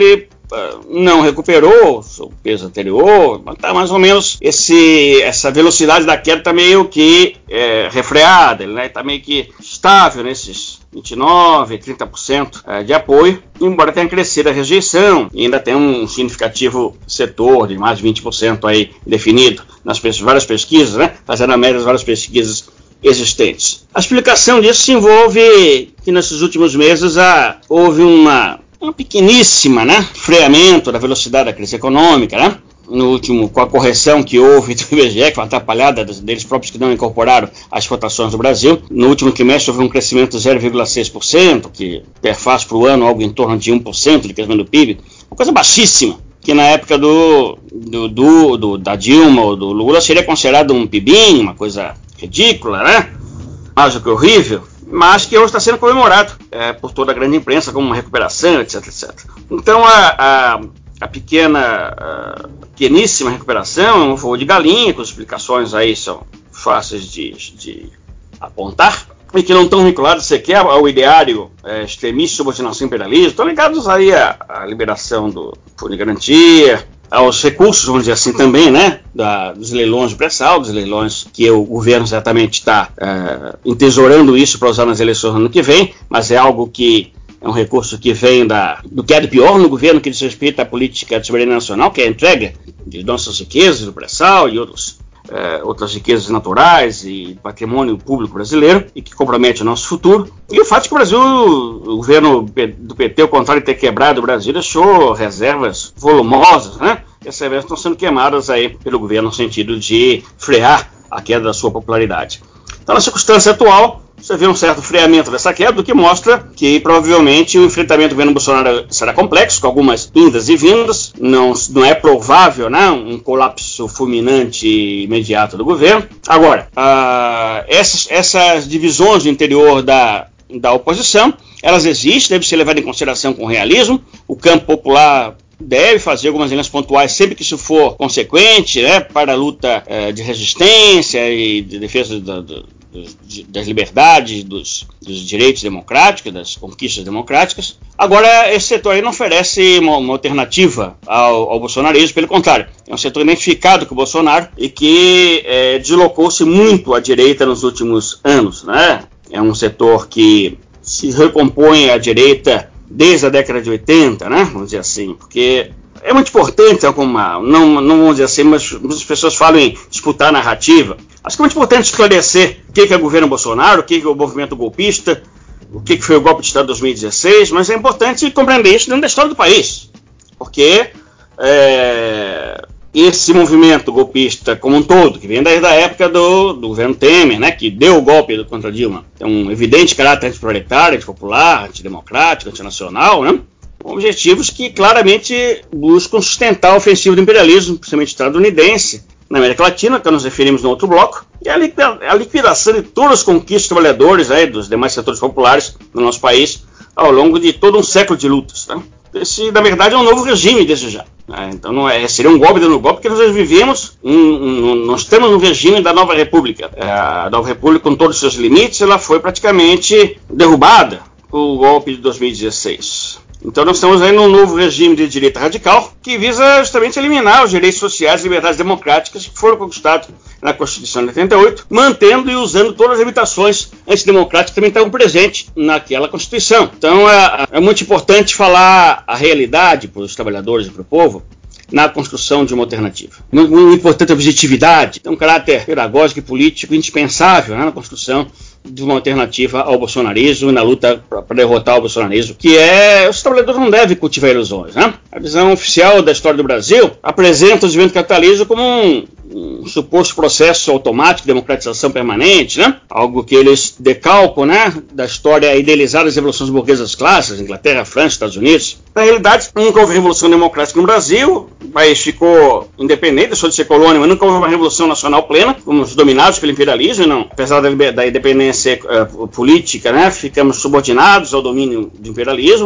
não recuperou o seu peso anterior, mas está mais ou menos, esse, essa velocidade da queda está meio que é, refreada, ele está, né, meio que estável nesses vinte e nove, trinta por cento de apoio, embora tenha crescido a rejeição, e ainda tem um significativo setor de mais de vinte por cento aí definido nas várias pesquisas, né, fazendo a média das várias pesquisas existentes. A explicação disso se envolve que nesses últimos meses ah, houve uma, uma pequeníssima, né, freamento da velocidade da crise econômica, né? No último, com a correção que houve do I B G E, que foi uma atrapalhada deles próprios que não incorporaram as exportações do Brasil. No último trimestre houve um crescimento de zero vírgula seis por cento, que perfaz para o ano algo em torno de um por cento de crescimento do P I B, uma coisa baixíssima, que na época do, do, do, do, da Dilma ou do Lula seria considerado um PIBinho, uma coisa ridícula, né? Mais do que horrível, mas que hoje está sendo comemorado é, por toda a grande imprensa como uma recuperação, etc, etcétera. Então a, a, a pequena, a pequeníssima recuperação é um voo de galinha, com explicações aí são fáceis de, de apontar, e que não estão vinculados sequer ao ideário é, extremista, subordinação imperialista, estão ligados aí à, à liberação do Fundo de Garantia, aos recursos, vamos dizer assim, também, né, da, dos leilões de pré-sal, dos leilões que o governo certamente está é, entesourando isso para usar nas eleições no ano que vem, mas é algo que é um recurso que vem da, do que é de pior no governo, que diz respeito à política de soberania nacional, que é a entrega de nossas riquezas, do pré-sal e outros, é, outras riquezas naturais e patrimônio público brasileiro, e que compromete o nosso futuro. E o fato de que o Brasil, o governo do P T, ao contrário de ter quebrado o Brasil, deixou reservas volumosas, né? E essas reservas estão sendo queimadas aí pelo governo no sentido de frear a queda da sua popularidade. Então, na circunstância atual, você vê um certo freamento dessa queda, o que mostra que provavelmente o enfrentamento do governo Bolsonaro será complexo, com algumas indas e vindas. Não, não é provável, né, um colapso fulminante imediato do governo. Agora, ah, essas, essas divisões no interior da, da oposição, elas existem, devem ser levadas em consideração com realismo. O campo popular deve fazer algumas linhas pontuais sempre que isso for consequente, né, para a luta eh, de resistência e de defesa da, da, das liberdades, dos, dos direitos democráticos, das conquistas democráticas. Agora, esse setor aí não oferece uma, uma alternativa ao, ao bolsonarismo, pelo contrário, é um setor identificado com o Bolsonaro e que é, deslocou-se muito à direita nos últimos anos, né? É um setor que se recompõe à direita desde a década de oitenta, né? Vamos dizer assim, porque é muito importante, alguma, não, não vamos dizer assim, mas as pessoas falam em disputar a narrativa. Acho que é muito importante esclarecer o que é o governo Bolsonaro, o que é o movimento golpista, o que foi o golpe de Estado de dois mil e dezesseis, mas é importante compreender isso dentro da história do país, porque é, esse movimento golpista como um todo, que vem desde a época do, do governo Temer, né, que deu o golpe contra Dilma, tem um evidente caráter antiproletário, antipopular, antidemocrático, antinacional, né? Objetivos que claramente buscam sustentar a ofensiva do imperialismo, principalmente estadunidense, na América Latina, que nós referimos no outro bloco, e a, liquida- a liquidação de todas as conquistas dos trabalhadores, aí, dos demais setores populares do nosso país, ao longo de todo um século de lutas. Tá? Esse, na verdade, é um novo regime desde já. Né? Então, não é, seria um golpe dentro do golpe, porque nós vivemos, um, um, nós estamos no regime da Nova República. A Nova República, com todos os seus limites, ela foi praticamente derrubada com o golpe de dois mil e dezesseis. Então nós estamos aí num novo regime de direita radical que visa justamente eliminar os direitos sociais e liberdades democráticas que foram conquistados na Constituição de oitenta e oito, mantendo e usando todas as limitações antidemocráticas que também estavam presentes naquela Constituição. Então é, é muito importante falar a realidade para os trabalhadores e para o povo na construção de uma alternativa. Muito, muito importante a objetividade, tem um caráter pedagógico e político indispensável, né, na construção de uma alternativa ao bolsonarismo e na luta para derrotar o bolsonarismo, que é, os trabalhadores não devem cultivar ilusões, né? A visão oficial da história do Brasil apresenta o desenvolvimento do capitalismo como um, um suposto processo automático de democratização permanente, né? Algo que eles decalcam, né, da história idealizada das revoluções burguesas clássicas, Inglaterra, França, Estados Unidos. Na realidade, nunca houve revolução democrática no Brasil, o país ficou independente, deixou de ser colônia, mas nunca houve uma revolução nacional plena, fomos dominados pelo imperialismo, não. Apesar da, da independência uh, política, né, ficamos subordinados ao domínio do imperialismo,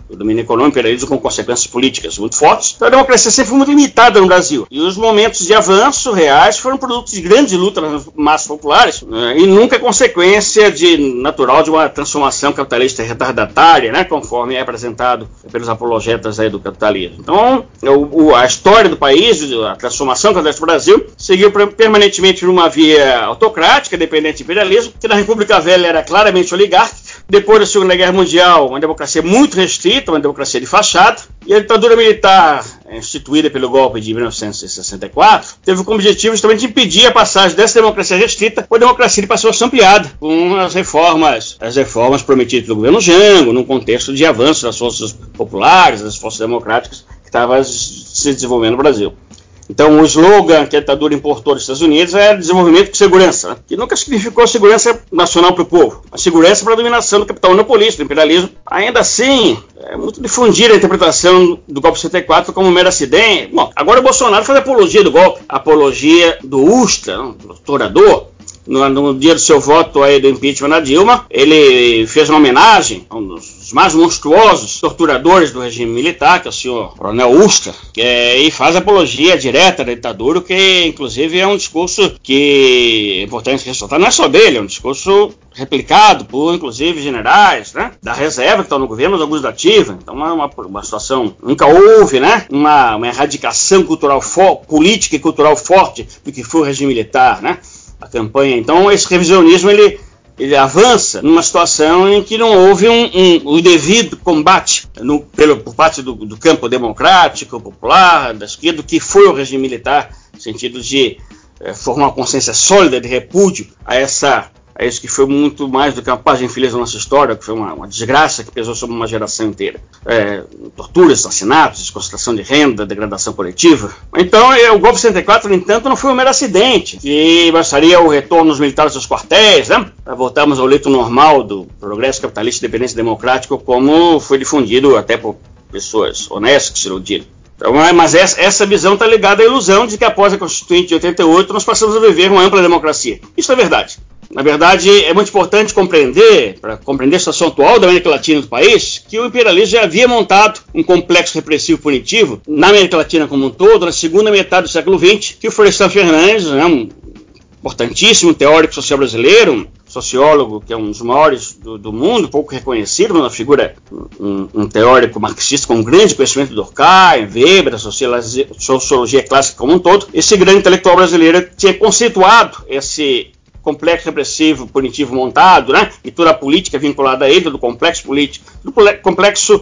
o domínio econômico, o imperialismo com consequências políticas muito fortes. Então a democracia sempre foi muito limitada no Brasil. E os momentos de avanço reais foram produtos de grandes lutas nas massas populares, né, e nunca consequência de, natural de uma transformação capitalista retardatária, né, conforme é apresentado pelos apologetas aí do capitalismo. Então o, o, a história do país, a transformação capitalista do Brasil, seguiu permanentemente numa via autocrática, dependente do imperialismo, que na República Velha era claramente oligárquica. Depois da Segunda Guerra Mundial, uma democracia muito restrita, uma democracia de fachada, e a ditadura militar, instituída pelo golpe de mil novecentos e sessenta e quatro, teve como objetivo justamente impedir a passagem dessa democracia restrita para a democracia de passagem ampliada, com as reformas, as reformas prometidas pelo governo Jango, num contexto de avanço das forças populares, das forças democráticas que estavam se desenvolvendo no Brasil. Então, o slogan que a ditadura importou dos Estados Unidos é desenvolvimento com segurança, né? Que nunca significou segurança nacional para o povo, a segurança para a dominação do capital monopolista, do imperialismo. Ainda assim, é muito difundida a interpretação do golpe de sessenta e quatro como um mero acidente. Bom, agora o Bolsonaro faz apologia do golpe, apologia do Ustra, um torturador. No, no dia do seu voto aí do impeachment na Dilma, ele fez uma homenagem a um dos mais monstruosos torturadores do regime militar, que é o senhor Coronel Ustra, é, e faz apologia direta da ditadura, que inclusive é um discurso que é importante ressaltar, não é só dele, é um discurso replicado por, inclusive, generais, né, da reserva que estão no governo, mas alguns da ativa. Então é uma, uma situação, nunca houve, né, uma, uma erradicação cultural for, política e cultural forte do que foi o regime militar, né, a campanha. Então esse revisionismo ele, ele avança numa situação em que não houve um, um, um devido combate no, pelo, por parte do, do campo democrático, popular, da esquerda, que foi o regime militar, no sentido de é, formar uma consciência sólida de repúdio a essa a isso que foi muito mais do que uma página infeliz da nossa história, que foi uma, uma desgraça que pesou sobre uma geração inteira. É, torturas, assassinatos, desconcentração de renda, degradação coletiva. Então, é, o golpe de sessenta e quatro, no entanto, não foi um mero acidente, que bastaria o retorno dos militares aos quartéis, né, para voltarmos ao leito normal do progresso capitalista, independência democrático, como foi difundido até por pessoas honestas que se iludiram. Então, mas essa, essa visão está ligada à ilusão de que após a Constituinte de oitenta e oito nós passamos a viver uma ampla democracia. Isso é verdade. Na verdade, é muito importante compreender, para compreender a situação atual da América Latina do país, que o imperialismo já havia montado um complexo repressivo punitivo na América Latina como um todo, na segunda metade do século vinte, que o Florestan Fernandes, né, um importantíssimo teórico social brasileiro, um sociólogo que é um dos maiores do, do mundo, pouco reconhecido, uma figura, um, um teórico marxista com um grande conhecimento do Durkheim, Weber, da sociologia, sociologia clássica como um todo. Esse grande intelectual brasileiro tinha conceituado esse complexo repressivo punitivo montado, né, e toda a política vinculada a ele, todo o complexo político, todo o complexo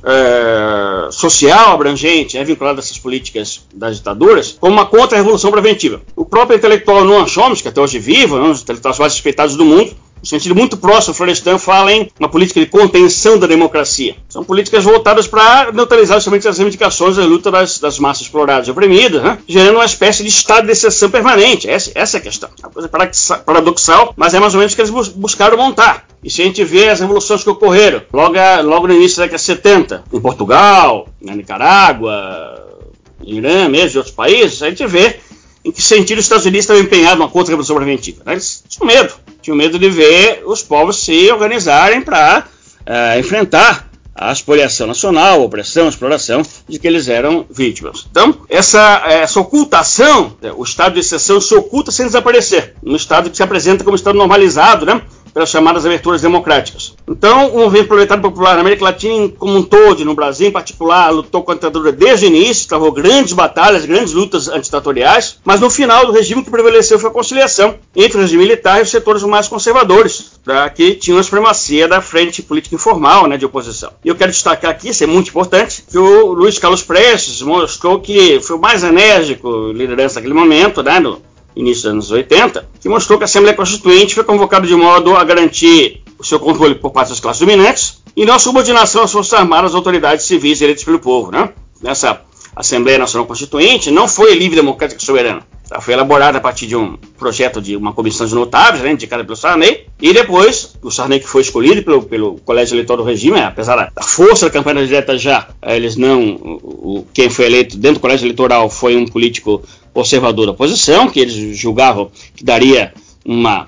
é, social abrangente, né, vinculado a essas políticas das ditaduras, como uma contra-revolução preventiva. O próprio intelectual Noam Chomsky, que até hoje vivo, um dos intelectuais mais respeitados do mundo, no sentido muito próximo, Florestan fala em uma política de contenção da democracia. São políticas voltadas para neutralizar justamente as reivindicações da luta das, das massas exploradas e oprimidas, né? Gerando uma espécie de estado de exceção permanente. Essa, essa é a questão. É uma coisa paradoxal, mas é mais ou menos o que eles buscaram montar. E se a gente vê as revoluções que ocorreram logo, logo no início da década de setenta, em Portugal, na Nicarágua, em Irã mesmo, e outros países, a gente vê em que sentido os Estados Unidos estavam empenhados numa contra-revolução preventiva. Eles tinham medo. Tinham medo de ver os povos se organizarem para uh, enfrentar a expoliação nacional, a opressão, a exploração de que eles eram vítimas. Então, essa, essa ocultação, o estado de exceção se oculta sem desaparecer, num estado que se apresenta como estado normalizado, né, pelas chamadas aberturas democráticas. Então, o movimento proletário popular na América Latina como um todo, e no Brasil em particular, lutou contra a ditadura desde o início, travou grandes batalhas, grandes lutas antiditatoriais, mas no final do regime que prevaleceu foi a conciliação entre o regime militar e os setores mais conservadores, tá, que tinham a supremacia da frente política informal, né, de oposição. E eu quero destacar aqui, isso é muito importante, que o Luiz Carlos Prestes mostrou que foi o mais enérgico liderança naquele momento, né, no início dos anos oitenta, que mostrou que a Assembleia Constituinte foi convocada de modo a garantir o seu controle por parte das classes dominantes e não a subordinação às Forças Armadas, às autoridades civis eleitas pelo povo, né? Nessa Assembleia Nacional Constituinte não foi livre, democrática e soberana. Ela foi elaborada a partir de um projeto de uma comissão de notáveis, né, indicada pelo Sarney, e depois, o Sarney que foi escolhido pelo, pelo Colégio Eleitoral do regime, apesar da força da campanha direta já, eles não, o, quem foi eleito dentro do Colégio Eleitoral foi um político conservador da oposição, que eles julgavam que daria uma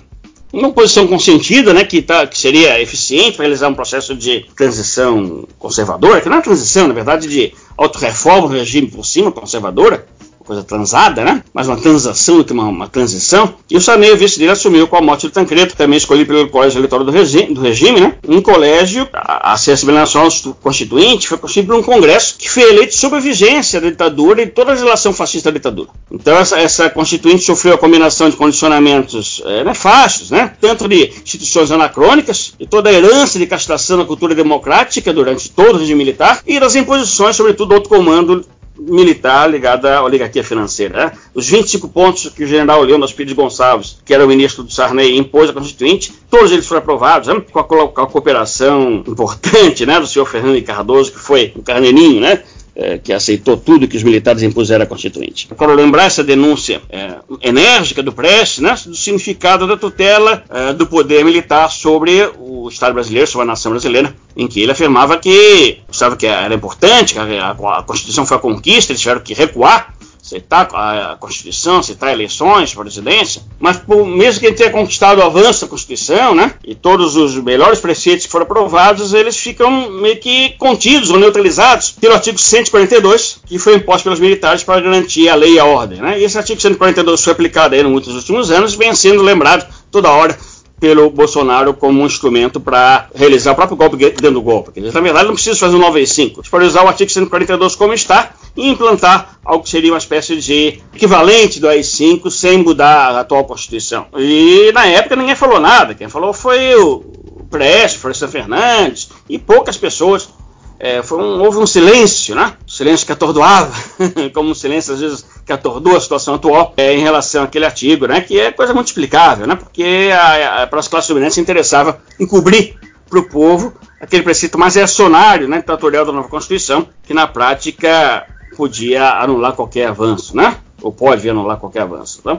uma posição consentida, né, que, tá, que seria eficiente para realizar um processo de transição conservadora, que não é transição, na verdade, de autorreforma do regime por cima, conservadora, coisa transada, né? Mas uma transação do que uma, uma transição. E o Sarney, o vice dele, assumiu com a morte do Tancredo, também escolhido pelo colégio eleitoral do regime, do regime, né? Um colégio, a, a Assembleia Nacional Constituinte, foi constituído por um congresso que foi eleito sob a vigência da ditadura e toda a relação fascista da ditadura. Então essa, essa Constituinte sofreu a combinação de condicionamentos é, nefastos, né? Tanto de instituições anacrônicas, de toda a herança de castração da cultura democrática durante todo o regime militar e das imposições, sobretudo, do alto comando militar ligada à oligarquia financeira. Né? Os vinte e cinco pontos que o general Leônidas Pires Gonçalves, que era o ministro do Sarney, impôs à Constituinte, todos eles foram aprovados, né? com, a, com a cooperação importante, né, do senhor Fernando Cardoso, que foi um carneirinho, né? É, que aceitou tudo que os militares impuseram à Constituinte. Eu quero lembrar essa denúncia é, enérgica do Prestes, né, do significado da tutela é, do poder militar sobre o Estado brasileiro, sobre a nação brasileira, em que ele afirmava que, sabe, que era importante, que a, a, a Constituição foi a conquista, eles tiveram que recuar, aceitar a Constituição, aceitar eleições, presidência, mas por, mesmo que ele tenha conquistado o avanço da Constituição, né, e todos os melhores preceitos que foram aprovados, eles ficam meio que contidos ou neutralizados pelo artigo cento e quarenta e dois, que foi imposto pelos militares para garantir a lei e a ordem. Né, e esse artigo cento e quarenta e dois foi aplicado aí nos últimos anos e vem sendo lembrado toda hora pelo Bolsonaro como um instrumento para realizar o próprio golpe dentro do golpe. Porque, na verdade, não precisa fazer um nove e cinco. Eles podem usar o artigo cento e quarenta e dois como está e implantar algo que seria uma espécie de equivalente do A I cinco sem mudar a atual Constituição. E, na época, ninguém falou nada. Quem falou foi o Prestes, Florestan Fernandes e poucas pessoas. É, foi um, houve um silêncio, né? Um silêncio que atordoava, como um silêncio às vezes que atordoa a situação atual é, em relação àquele artigo, né? Que é coisa muito explicável, né? Porque a, a, para as classes dominantes se interessava encobrir para o povo aquele preceito mais reacionário, né, ditatorial da nova Constituição, que na prática podia anular qualquer avanço, né? Ou pode anular qualquer avanço, tá?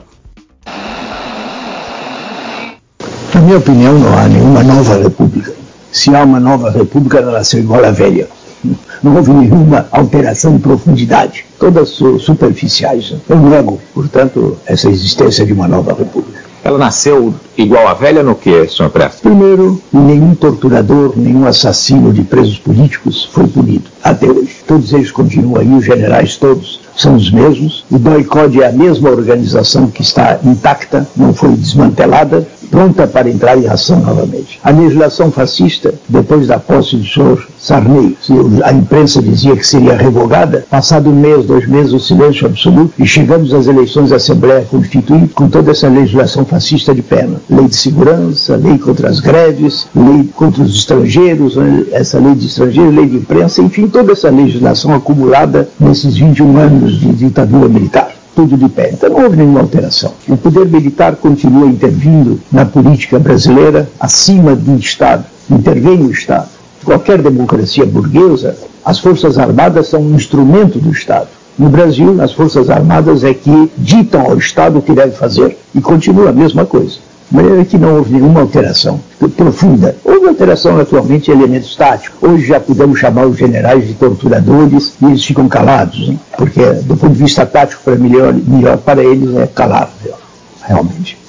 Na minha opinião, não há nenhuma nova república. Se há uma nova república, ela nasceu igual à velha. Não houve nenhuma alteração de profundidade. Todas superficiais. Eu nego, portanto, essa existência de uma nova república. Ela nasceu igual à velha no que, senhor Prestes? Primeiro, nenhum torturador, nenhum assassino de presos políticos foi punido, até hoje. Todos eles continuam aí, os generais todos são os mesmos. O boicote é a mesma organização que está intacta, não foi desmantelada, pronta para entrar em ação novamente. A legislação fascista, depois da posse do senhor Sarney, a imprensa dizia que seria revogada, passado um mês, dois meses, o silêncio absoluto, e chegamos às eleições da Assembleia Constituinte com toda essa legislação fascista de pena. Lei de segurança, lei contra as greves, lei contra os estrangeiros, essa lei de estrangeiros, lei de imprensa, enfim, toda essa legislação acumulada nesses vinte e um anos de ditadura militar. Tudo de pé. Então não houve nenhuma alteração. O poder militar continua intervindo na política brasileira acima do Estado. Intervém no Estado. Qualquer democracia burguesa, as Forças Armadas são um instrumento do Estado. No Brasil, as Forças Armadas é que ditam ao Estado o que deve fazer. E continua a mesma coisa. De maneira que não houve nenhuma alteração profunda. Houve alteração atualmente em elementos táticos. Hoje já podemos chamar os generais de torturadores e eles ficam calados, hein? Porque do ponto de vista tático, para melhor, melhor para eles é calar, realmente.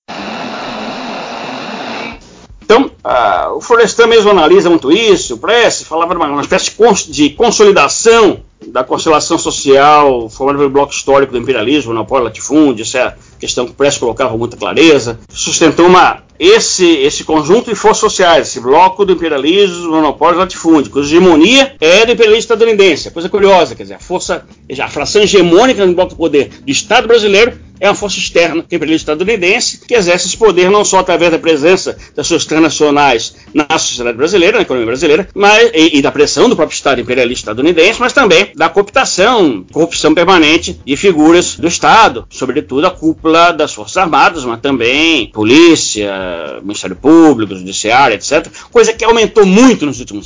Então, ah, o Florestan mesmo analisa muito isso, o Prestes falava de uma, uma espécie de, cons- de consolidação da constelação social formada pelo bloco histórico do imperialismo, monopólio, latifúndio, essa é a questão que o Prestes colocava com muita clareza, sustentou uma, esse, esse conjunto de forças sociais, esse bloco do imperialismo, monopólio, latifúndio, cuja hegemonia é do imperialismo estadunidense, coisa curiosa, quer dizer, a força, a fração hegemônica no bloco do poder do Estado brasileiro é uma força externa, que é o imperialismo estadunidense, que exerce esse poder não só através da presença das suas transnacionais na sociedade brasileira, na economia brasileira, mas, e, e da pressão do próprio Estado imperialista estadunidense, mas também da cooptação, corrupção permanente de figuras do Estado, sobretudo a cúpula das Forças Armadas, mas também polícia, Ministério Público, Judiciário, etcétera, coisa que aumentou muito nos últimos anos.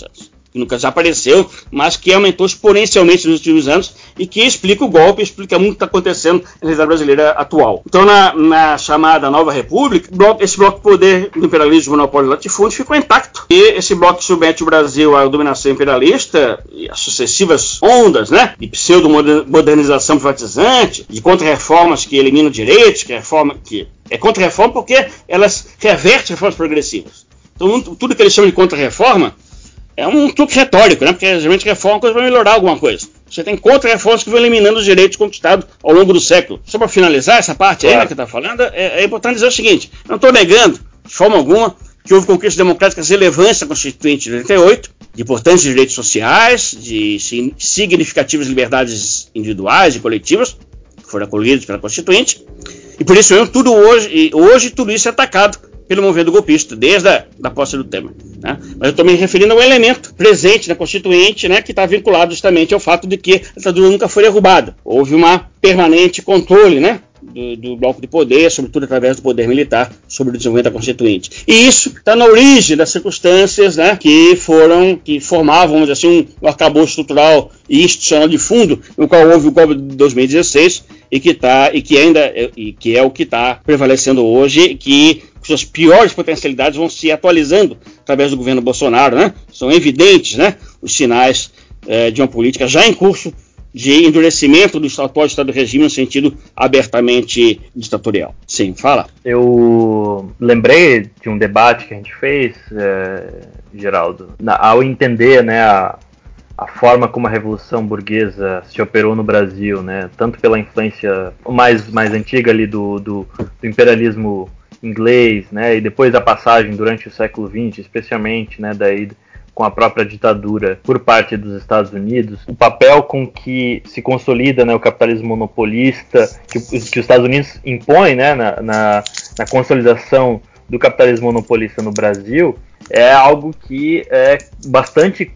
que nunca desapareceu, mas que aumentou exponencialmente nos últimos anos e que explica o golpe, explica muito o que está acontecendo na realidade brasileira atual. Então, na, na chamada Nova República, esse bloco de poder do imperialismo, monopólio e latifúndio ficou intacto. E esse bloco que submete o Brasil à dominação imperialista e às sucessivas ondas, né, de pseudo-modernização privatizante, de contra-reformas que eliminam direitos, que, reforma, que é contra-reforma porque elas revertem reformas progressivas. Então, tudo que eles chamam de contra-reforma é um truque retórico, né? Porque geralmente reforma é uma coisa para melhorar alguma coisa. Você tem contra-reformas que vão eliminando os direitos conquistados ao longo do século. Só para finalizar essa parte aí, claro, né, que está falando, é, é importante dizer o seguinte: eu não estou negando, de forma alguma, que houve conquistas democráticas relevantes na Constituinte de oitenta e oito, de importantes direitos sociais, de significativas liberdades individuais e coletivas, que foram acolhidas pela Constituinte, e por isso mesmo, tudo hoje, hoje tudo isso é atacado pelo movimento golpista, desde a da posse do Temer, né? Mas eu estou me referindo ao elemento presente na Constituinte, né, que está vinculado justamente ao fato de que a ditadura nunca foi derrubada. Houve um permanente controle, né, do, do bloco de poder, sobretudo através do poder militar, sobre o desenvolvimento da Constituinte. E isso está na origem das circunstâncias, né, que foram, que formavam, vamos dizer assim, um arcabouço estrutural e institucional de fundo, no qual houve o golpe de dois mil e dezesseis, e que, tá, e que ainda e que é o que está prevalecendo hoje, que suas piores potencialidades vão se atualizando através do governo Bolsonaro, né? São evidentes, né, os sinais eh, de uma política já em curso de endurecimento do atual estado do regime no sentido abertamente ditatorial. Sim, fala. Eu lembrei de um debate que a gente fez, é, Geraldo, na, ao entender, né, a, a forma como a Revolução Burguesa se operou no Brasil, né, tanto pela influência mais, mais antiga ali do, do, do imperialismo inglês, né, e depois da passagem durante o século vinte, especialmente, né, daí com a própria ditadura por parte dos Estados Unidos, o papel com que se consolida, né, o capitalismo monopolista, que, que os Estados Unidos impõem, né, na, na, na consolidação do capitalismo monopolista no Brasil, é algo que é bastante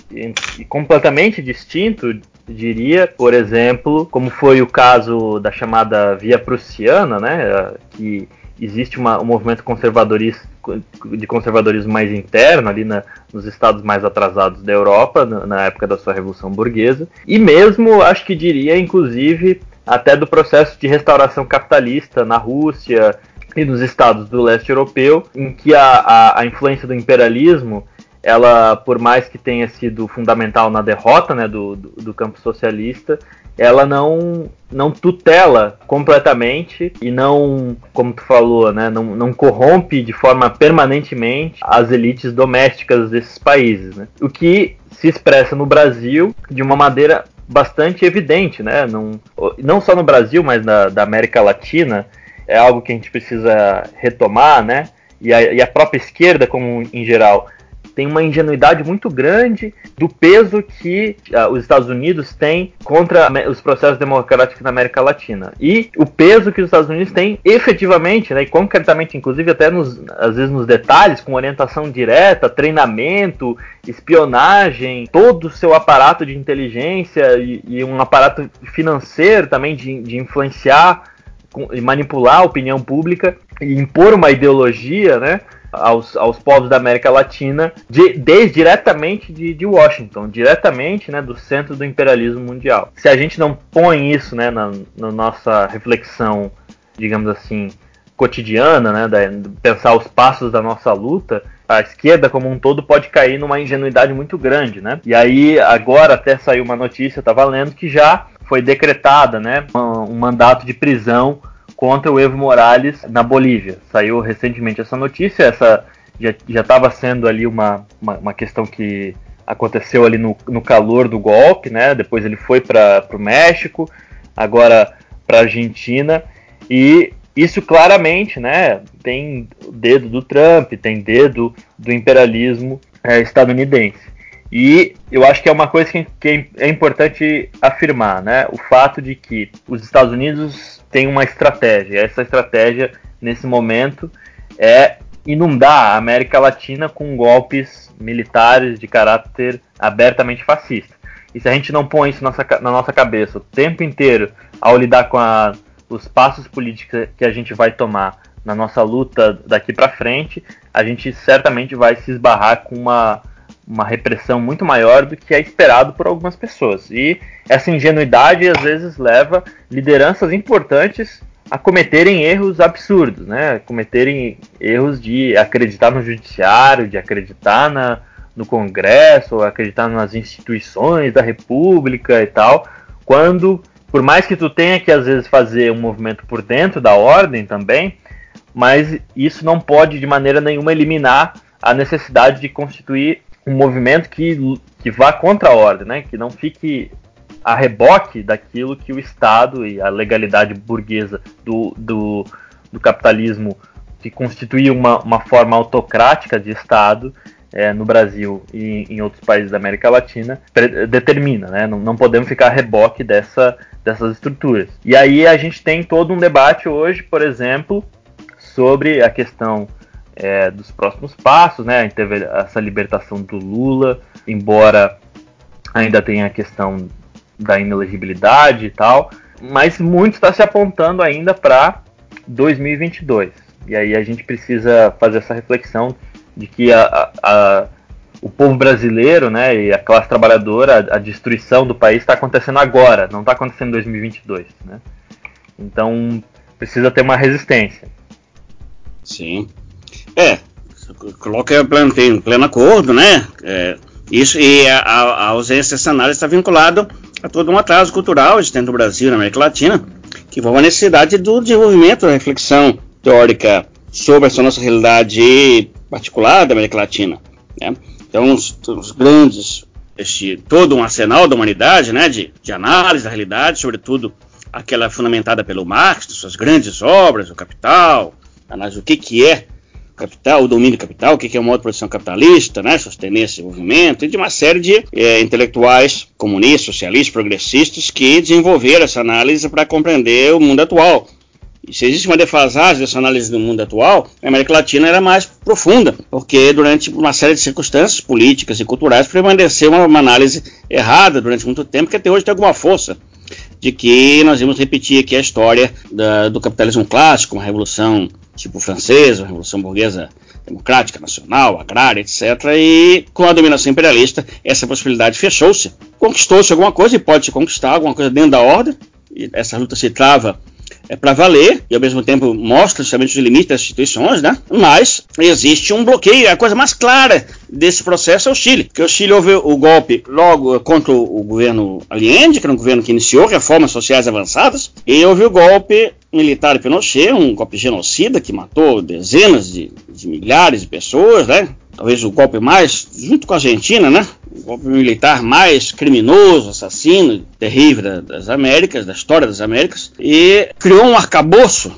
e completamente distinto, diria, por exemplo, como foi o caso da chamada Via Prussiana, né, que existe uma, um movimento conservadorista, de conservadorismo mais interno ali na, nos estados mais atrasados da Europa, na, na época da sua Revolução Burguesa, e mesmo, acho que diria, inclusive, até do processo de restauração capitalista na Rússia e nos estados do leste europeu, em que a, a, a influência do imperialismo, ela, por mais que tenha sido fundamental na derrota, né, do, do, do campo socialista, ela não, não tutela completamente e não, como tu falou, né, não, não corrompe de forma permanentemente as elites domésticas desses países, né? O que se expressa no Brasil de uma maneira bastante evidente, né? Não, não só no Brasil, mas na da América Latina, é algo que a gente precisa retomar, né? E a, e a própria esquerda, como em geral, tem uma ingenuidade muito grande do peso que uh, os Estados Unidos têm contra os processos democráticos na América Latina. E o peso que os Estados Unidos têm efetivamente, né, e concretamente, inclusive até nos, às vezes nos detalhes, com orientação direta, treinamento, espionagem, todo o seu aparato de inteligência e, e um aparato financeiro também de, de influenciar e manipular a opinião pública e impor uma ideologia, né, Aos, aos povos da América Latina, de, desde diretamente de, de Washington, diretamente, né, do centro do imperialismo mundial. Se a gente não põe isso, né, na, na nossa reflexão, digamos assim, cotidiana, né, da, pensar os passos da nossa luta, a esquerda como um todo pode cair numa ingenuidade muito grande, né? E aí agora até saiu uma notícia, eu estava lendo, que já foi decretada, né, um, um mandato de prisão contra o Evo Morales na Bolívia. Saiu recentemente essa notícia, essa já estava sendo ali uma, uma, uma questão que aconteceu ali no, no calor do golpe, né? Depois ele foi para o México, agora para a Argentina, e isso claramente, né, tem dedo do Trump, tem dedo do imperialismo é, estadunidense. E eu acho que é uma coisa que, que é importante afirmar, né? O fato de que os Estados Unidos têm uma estratégia. Essa estratégia, nesse momento, é inundar a América Latina com golpes militares de caráter abertamente fascista. E se a gente não põe isso na nossa, na nossa cabeça o tempo inteiro ao lidar com a, os passos políticos que a gente vai tomar na nossa luta daqui para frente, a gente certamente vai se esbarrar com uma uma repressão muito maior do que é esperado por algumas pessoas. E essa ingenuidade às vezes leva lideranças importantes a cometerem erros absurdos, né? Cometerem erros de acreditar no judiciário, de acreditar na, no Congresso, acreditar nas instituições da República e tal, quando, por mais que tu tenha que às vezes fazer um movimento por dentro da ordem também, mas isso não pode de maneira nenhuma eliminar a necessidade de constituir um movimento que, que vá contra a ordem, né? Que não fique a reboque daquilo que o Estado e a legalidade burguesa do, do, do capitalismo, que constitui uma, uma forma autocrática de Estado é, no Brasil e em outros países da América Latina, determina, né? Não, não podemos ficar a reboque dessa, dessas estruturas. E aí a gente tem todo um debate hoje, por exemplo, sobre a questão é, dos próximos passos, né? Teve essa libertação do Lula, embora ainda tenha a questão da inelegibilidade e tal, mas muito está se apontando ainda para dois mil e vinte e dois. E aí a gente precisa fazer essa reflexão de que a, a, a, o povo brasileiro, né, e a classe trabalhadora, a, a destruição do país está acontecendo agora, não está acontecendo em dois mil e vinte e dois. Né? Então precisa ter uma resistência. Sim. É, coloca em pleno, em pleno acordo, né? É, isso, e a, a ausência dessa análise está vinculada a todo um atraso cultural existente no Brasil e na América Latina, que envolve a necessidade do desenvolvimento da reflexão teórica sobre essa nossa realidade particular da América Latina. Né? Então, os, os grandes, este, todo um arsenal da humanidade, né, de, de análise da realidade, sobretudo aquela fundamentada pelo Marx, suas grandes obras, o Capital, análise do que, que é capital, o domínio capital, o que é o modo de produção capitalista, né, sostener esse movimento, e de uma série de é, intelectuais comunistas, socialistas, progressistas, que desenvolveram essa análise para compreender o mundo atual. E se existe uma defasagem dessa análise do mundo atual, a América Latina era mais profunda, porque durante uma série de circunstâncias políticas e culturais permaneceu uma, uma análise errada durante muito tempo, que até hoje tem alguma força, de que nós vamos repetir aqui a história da, do capitalismo clássico, uma revolução tipo francesa, uma revolução burguesa democrática, nacional, agrária, etcétera. E com a dominação imperialista, essa possibilidade fechou-se. Conquistou-se alguma coisa, e pode-se conquistar alguma coisa dentro da ordem, e essa luta se trava é para valer, e ao mesmo tempo mostra justamente os limites das instituições, né? Mas existe um bloqueio. A coisa mais clara desse processo é o Chile, porque o Chile houve o golpe logo contra o governo Allende, que era um governo que iniciou reformas sociais avançadas, e houve o golpe militar de Pinochet, um golpe genocida que matou dezenas de, de milhares de pessoas, né? Talvez o golpe mais, junto com a Argentina, né? O golpe militar mais criminoso, assassino, terrível da, das Américas, da história das Américas, e criou um arcabouço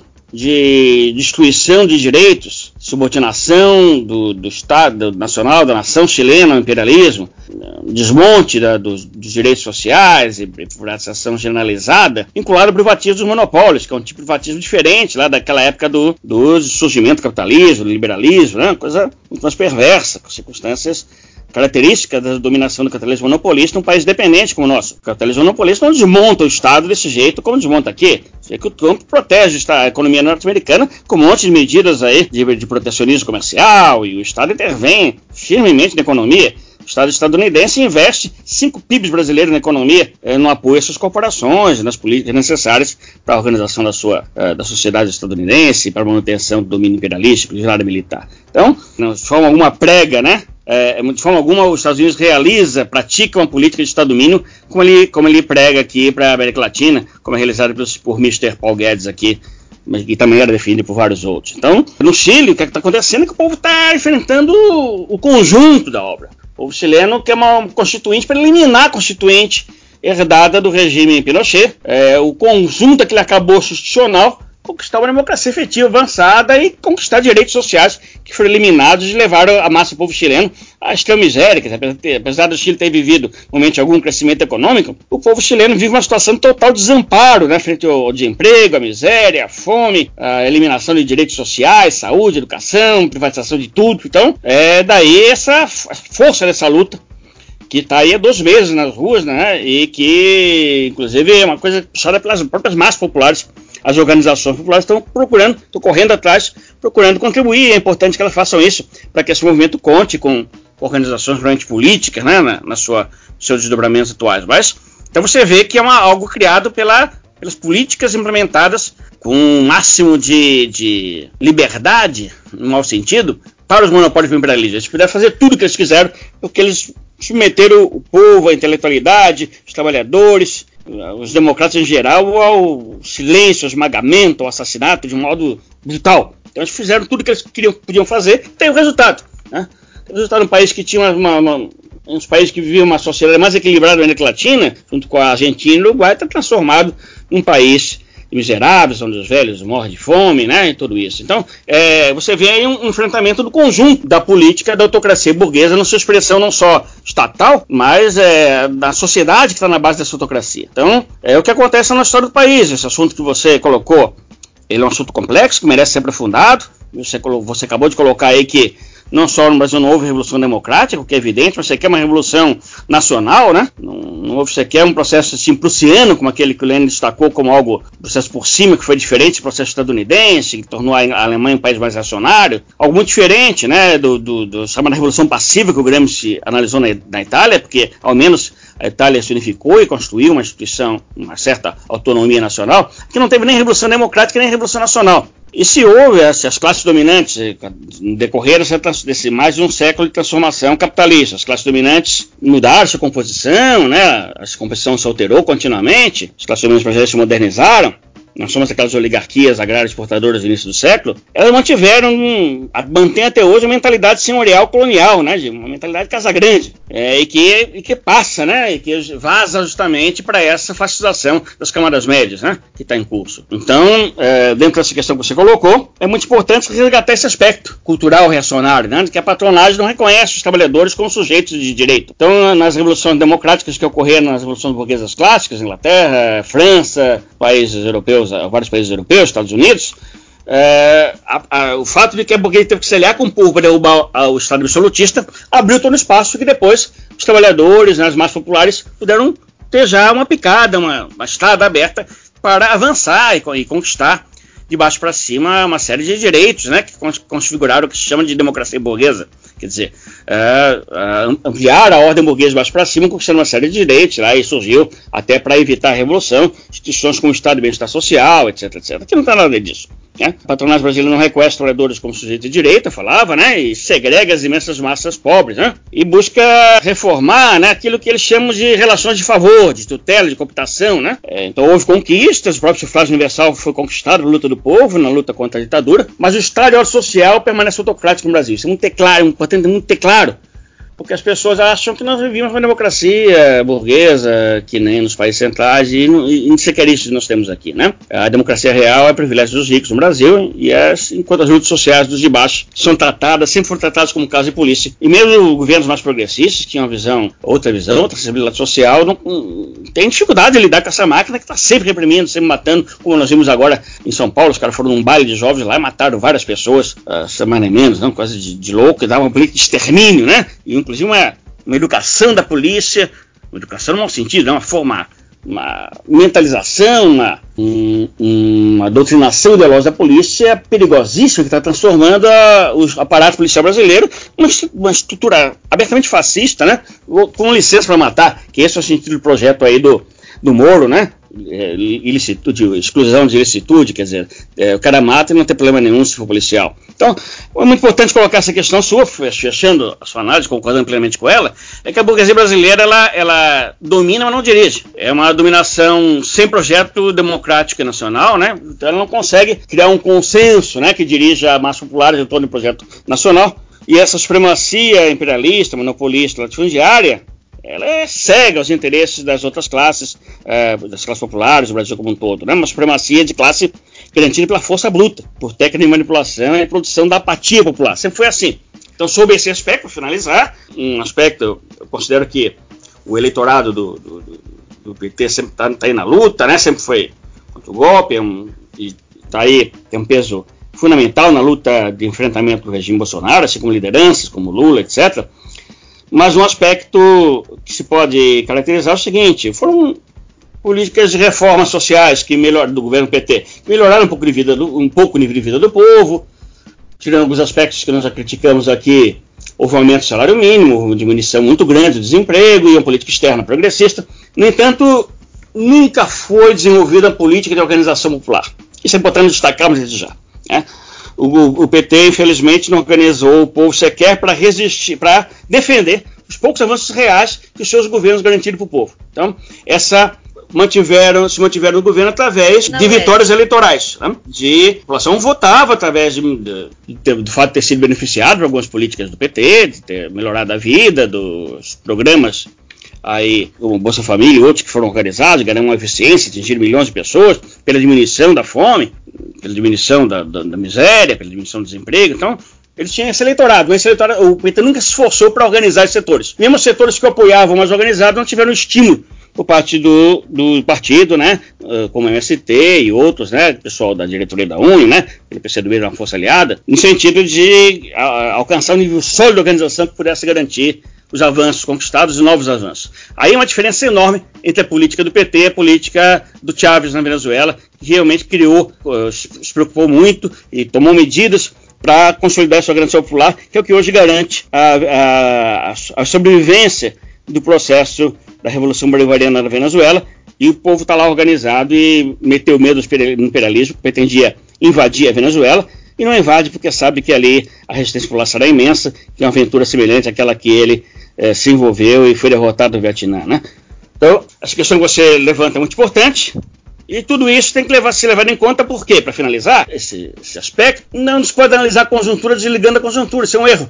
de destruição de direitos, subordinação do, do Estado Nacional, da nação chilena ao imperialismo, desmonte da, dos, dos direitos sociais e privatização generalizada, vinculado ao privatismo dos monopólios, que é um tipo de privatismo diferente lá daquela época do, do surgimento do capitalismo, do liberalismo, né? Coisa muito mais perversa, com circunstâncias característica da dominação do capitalismo monopolista num país dependente como o nosso. O capitalismo monopolista não desmonta o Estado desse jeito como desmonta aqui. É que o Trump protege a economia norte-americana com um monte de medidas aí de, de protecionismo comercial, e o Estado intervém firmemente na economia. O Estado estadunidense investe cinco P I Bs brasileiros na economia, eh, no apoio a suas corporações, nas políticas necessárias para a organização da, sua, eh, da sociedade estadunidense, para a manutenção do domínio imperialístico, de nada militar. Então, de forma alguma prega, né? É, de forma alguma os Estados Unidos realiza, pratica uma política de Estado-domínio como ele, como ele prega aqui para a América Latina, como é realizada por, por mister Paul Guedes aqui, e também era defendido por vários outros. Então, no Chile, o que é está acontecendo é que o povo está enfrentando o, o conjunto da obra. O povo chileno quer uma constituinte para eliminar a constituinte herdada do regime Pinochet, é, o conjunto daquele arcabouço institucional, conquistar uma democracia efetiva, avançada, e conquistar direitos sociais que foram eliminados e levaram a massa do povo chileno à extrema miséria. Apesar do Chile ter vivido um momento de algum crescimento econômico, o povo chileno vive uma situação de total desamparo, né, frente ao desemprego, à miséria, à fome, à eliminação de direitos sociais, saúde, educação, privatização de tudo. Então, é daí essa força dessa luta, que está aí há dois meses nas ruas, né, e que, inclusive, é uma coisa puxada pelas próprias massas populares. As organizações populares estão procurando, estão correndo atrás, procurando contribuir. É importante que elas façam isso, para que esse movimento conte com, organizações realmente políticas, né, na, na sua, seus desdobramentos atuais. Mas, então você vê que é uma, algo criado pela, pelas políticas implementadas com um máximo de, de liberdade, no mau sentido, para os monopólios imperialistas. Eles puderam fazer tudo o que eles quiseram, porque eles submeteram o povo, a intelectualidade, os trabalhadores, os democratas em geral, ao silêncio, ao esmagamento, ao assassinato de um modo brutal. Então eles fizeram tudo o que eles queriam, podiam fazer, tem o resultado. Né? Tem o resultado. Um país que tinha uma, uma, uns países que viviam uma sociedade mais equilibrada na América Latina, junto com a Argentina e o Uruguai, está transformado num país miseráveis, onde os velhos morrem de fome, né, e tudo isso. Então, é, você vê aí um enfrentamento do conjunto da política da autocracia burguesa na sua expressão não só estatal, mas é, da sociedade que está na base dessa autocracia. Então, é o que acontece na história do país. Esse assunto que você colocou, ele é um assunto complexo, que merece ser aprofundado. Você, você acabou de colocar aí que não só no Brasil não houve revolução democrática, o que é evidente, mas você quer uma revolução nacional, né? Não, não houve, você quer um processo assim prussiano, como aquele que o Lenin destacou como algo, um processo por cima, que foi diferente do processo estadunidense, que tornou a Alemanha um país mais reacionário, algo muito diferente, né, do, do, do chamada revolução passiva que o Gramsci analisou na, na Itália, porque ao menos a Itália se unificou e construiu uma instituição, uma certa autonomia nacional, que não teve nem revolução democrática nem revolução nacional. E se houve, as, as classes dominantes decorreram desse mais de um século de transformação capitalista. As classes dominantes mudaram sua composição, né? A composição se alterou continuamente, as classes dominantes brasileiras se modernizaram. Nós somos aquelas oligarquias agrárias exportadoras do início do século. Elas mantiveram, mantêm até hoje uma mentalidade senhorial colonial, né, uma mentalidade Casagrande, é, e, que, e que passa, né, e que vaza justamente para essa fascização das camadas médias, né, que está em curso. Então, é, dentro dessa questão que você colocou, é muito importante resgatar esse aspecto cultural reacionário, né, que a patronagem não reconhece os trabalhadores como sujeitos de direito. Então, nas revoluções democráticas que ocorreram nas revoluções burguesas clássicas, Inglaterra, França, países europeus, vários países europeus, Estados Unidos, é, a, a, o fato de que a burguesia teve que se aliar com o povo para derrubar o Estado absolutista abriu todo o espaço que depois os trabalhadores, né, as massas populares, puderam ter já uma picada, uma, uma estrada aberta para avançar e, e conquistar de baixo para cima uma série de direitos, né, que configuraram o que se chama de democracia burguesa. Quer dizer, uh, uh, ampliar a ordem burguesa de baixo para cima, conquistando uma série de direitos, lá, e surgiu até para evitar a revolução, instituições como o Estado de Bem-Estar Social, etc, etcétera. Aqui não está nada disso. Né? A patronagem brasileira não reconhece trabalhadores como sujeitos de direito, eu falava, né, e segrega as imensas massas pobres, né, e busca reformar, né, aquilo que eles chamam de relações de favor, de tutela, de cooptação. Né? É, então houve conquistas, o próprio sufrágio universal foi conquistado na luta do povo, na luta contra a ditadura, mas o Estado e a ordem social permanece autocrático no Brasil. Isso é muito claro, importante muito ter claro, porque as pessoas acham que nós vivíamos uma democracia burguesa, que nem nos países centrais, e, e, e sequer isso nós temos aqui, né? A democracia real é privilégio dos ricos no Brasil, e é, enquanto as lutas sociais dos de baixo são tratadas, sempre foram tratadas como caso de polícia. E mesmo governos mais progressistas, que tinham uma visão, outra visão, outra sensibilidade social, não, não tem dificuldade de lidar com essa máquina que está sempre reprimindo, sempre matando, como nós vimos agora em São Paulo. Os caras foram num baile de jovens lá e mataram várias pessoas, uh, semana e menos, não, coisa de, de louco, e davam uma política de extermínio, né? E inclusive uma, uma educação da polícia, uma educação no mau sentido, né? uma forma, uma mentalização, uma, um, uma doutrinação ideológica da polícia perigosíssima, que está transformando a, o aparato policial brasileiro numa uma estrutura abertamente fascista, né? Com licença para matar, que esse é o sentido do projeto aí do, do Moro, né? Ilicitude, exclusão de ilicitude, quer dizer, é, o cara mata e não tem problema nenhum se for policial. Então, é muito importante colocar essa questão sua, fechando a sua análise, concordando plenamente com ela, é que a burguesia brasileira, ela, ela domina, mas não dirige. É uma dominação sem projeto democrático e nacional, né? Então ela não consegue criar um consenso, né, que dirija a massa popular em torno do projeto nacional, e essa supremacia imperialista, monopolista, latifundiária, ela é cega aos interesses das outras classes, é, das classes populares, do Brasil como um todo, né? Uma supremacia de classe garantida pela força bruta, por técnica de manipulação e produção da apatia popular. Sempre foi assim. Então, sob esse aspecto, para finalizar, um aspecto, eu considero que o eleitorado do, do, do, do P T sempre está tá aí na luta, né? Sempre foi contra o golpe, é um, e está aí, tem um peso fundamental na luta de enfrentamento do regime Bolsonaro, assim como lideranças, como Lula, etcétera. Mas um aspecto que se pode caracterizar é o seguinte: foram políticas de reformas sociais que melhor, do governo P T, que melhoraram um pouco, de vida do, um pouco o nível de vida do povo, tirando alguns aspectos que nós já criticamos aqui, houve um aumento do salário mínimo, uma diminuição muito grande do desemprego e uma política externa progressista. No entanto, nunca foi desenvolvida a política de organização popular. Isso é importante destacarmos desde já, né? O, o P T, infelizmente, não organizou o povo sequer para resistir, para defender os poucos avanços reais que os seus governos garantiram para o povo. Então, essa mantiveram, se mantiveram no governo através não de é. vitórias eleitorais, né? De a população votava através de, de, de, de fato de ter sido beneficiado por algumas políticas do P T, de ter melhorado a vida, dos programas aí, como Bolsa Família e outros que foram organizados, ganharam uma eficiência, atingiram milhões de pessoas, pela diminuição da fome, pela diminuição da, da, da miséria, pela diminuição do desemprego. Então, eles tinham esse eleitorado, mas esse eleitorado, o P T nunca se esforçou para organizar esses setores. Mesmo os setores que apoiavam mais organizados não tiveram estímulo por parte do, do partido, né, como o M S T e outros, né, o pessoal da diretoria da UNE, né, pelo P C do B, uma força aliada, no sentido de a, alcançar um nível sólido de organização que pudesse garantir os avanços conquistados e novos avanços. Aí uma diferença enorme entre a política do P T e a política do Chávez na Venezuela, que realmente criou, se preocupou muito e tomou medidas para consolidar essa organização popular, que é o que hoje garante a, a, a sobrevivência do processo da Revolução Bolivariana na Venezuela, e o povo está lá organizado e meteu medo do imperialismo, que pretendia invadir a Venezuela, e não invade porque sabe que ali a resistência popular será imensa, que é uma aventura semelhante àquela que ele eh, se envolveu e foi derrotado no Vietnã, né? Então, essa questão que você levanta é muito importante, e tudo isso tem que levar, ser levado em conta, por quê? Para finalizar esse, esse aspecto, não se pode analisar a conjuntura desligando a conjuntura, isso é um erro.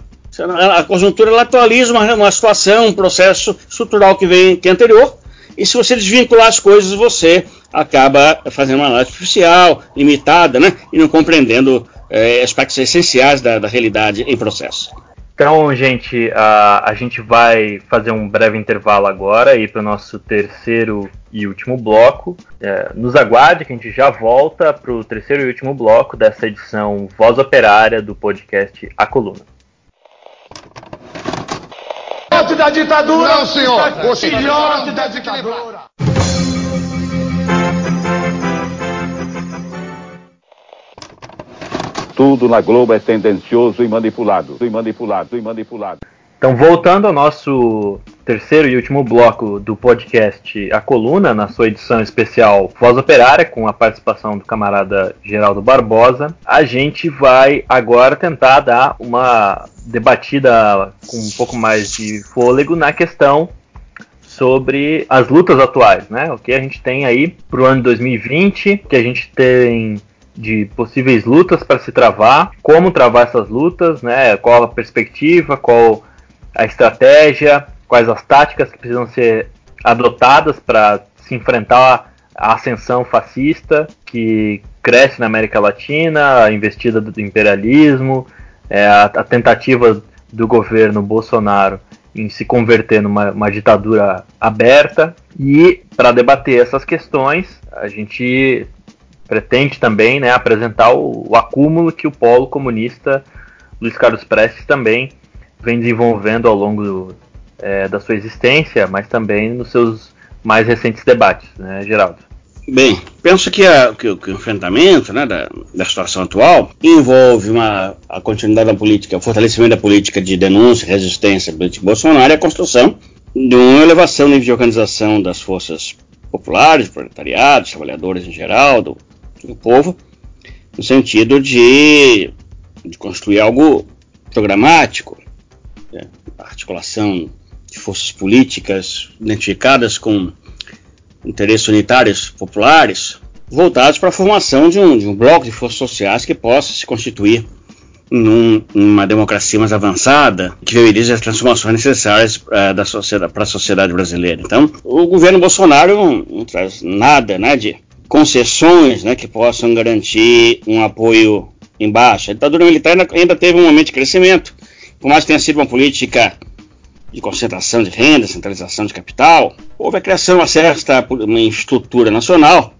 A conjuntura ela atualiza uma, uma situação, um processo estrutural que vem que é anterior, e se você desvincular as coisas, você acaba fazendo uma análise superficial, limitada, né, e não compreendendo é, aspectos essenciais da, da realidade em processo. Então, gente, a, a gente vai fazer um breve intervalo agora e para o nosso terceiro e último bloco. É, nos aguarde que a gente já volta para o terceiro e último bloco dessa edição Voz Operária do podcast A Coluna. Da ditadura! Não, senhor! O filhote da ditadura! Tudo na Globo é tendencioso e manipulado, e manipulado, e manipulado. Então, voltando ao nosso terceiro e último bloco do podcast A Coluna, na sua edição especial Voz Operária, com a participação do camarada Geraldo Barbosa, a gente vai agora tentar dar uma debatida com um pouco mais de fôlego na questão sobre as lutas atuais, né? O que a gente tem aí para o ano dois mil e vinte, que a gente tem de possíveis lutas para se travar, como travar essas lutas, né? Qual a perspectiva, qual a estratégia, quais as táticas que precisam ser adotadas para se enfrentar a ascensão fascista que cresce na América Latina, a investida do imperialismo, é, a, a tentativa do governo Bolsonaro em se converter numa uma ditadura aberta. E para debater essas questões, a gente pretende também, né, apresentar o, o acúmulo que o polo comunista Luiz Carlos Prestes também vem desenvolvendo ao longo do, é, da sua existência, mas também nos seus mais recentes debates, né, Geraldo? Bem, penso que, a, que, que o enfrentamento, né, da, da situação atual envolve uma, a continuidade da política, o fortalecimento da política de denúncia e resistência à política Bolsonaro e a construção de uma elevação no nível de organização das forças populares, proletariados, trabalhadores em geral, do, do povo, no sentido de, de construir algo programático, né, articulação de forças políticas identificadas com interesses unitários populares, voltados para a formação de um, de um bloco de forças sociais que possa se constituir num, numa democracia mais avançada, que viabilize as transformações necessárias uh, da sociedade, para a sociedade brasileira. Então, o governo Bolsonaro não, não traz nada, né, de concessões, né, que possam garantir um apoio embaixo. A ditadura militar ainda, ainda teve um momento de crescimento, por mais que tenha sido uma política de concentração de renda, centralização de capital, houve a criação de uma certa uma estrutura nacional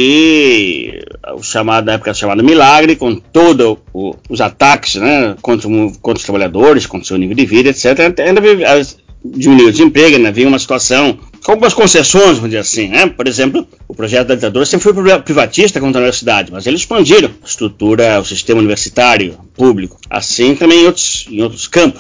e o chamado, na época chamado Milagre, com todos os ataques, né, contra, contra os trabalhadores, contra o seu nível de vida, etcétera. Ainda diminuiu o desemprego, ainda havia uma situação com algumas concessões, vamos dizer assim, né? Por exemplo, o projeto da ditadura sempre foi privatista contra a universidade, mas eles expandiram a estrutura, o sistema universitário público, assim também em outros, em outros campos.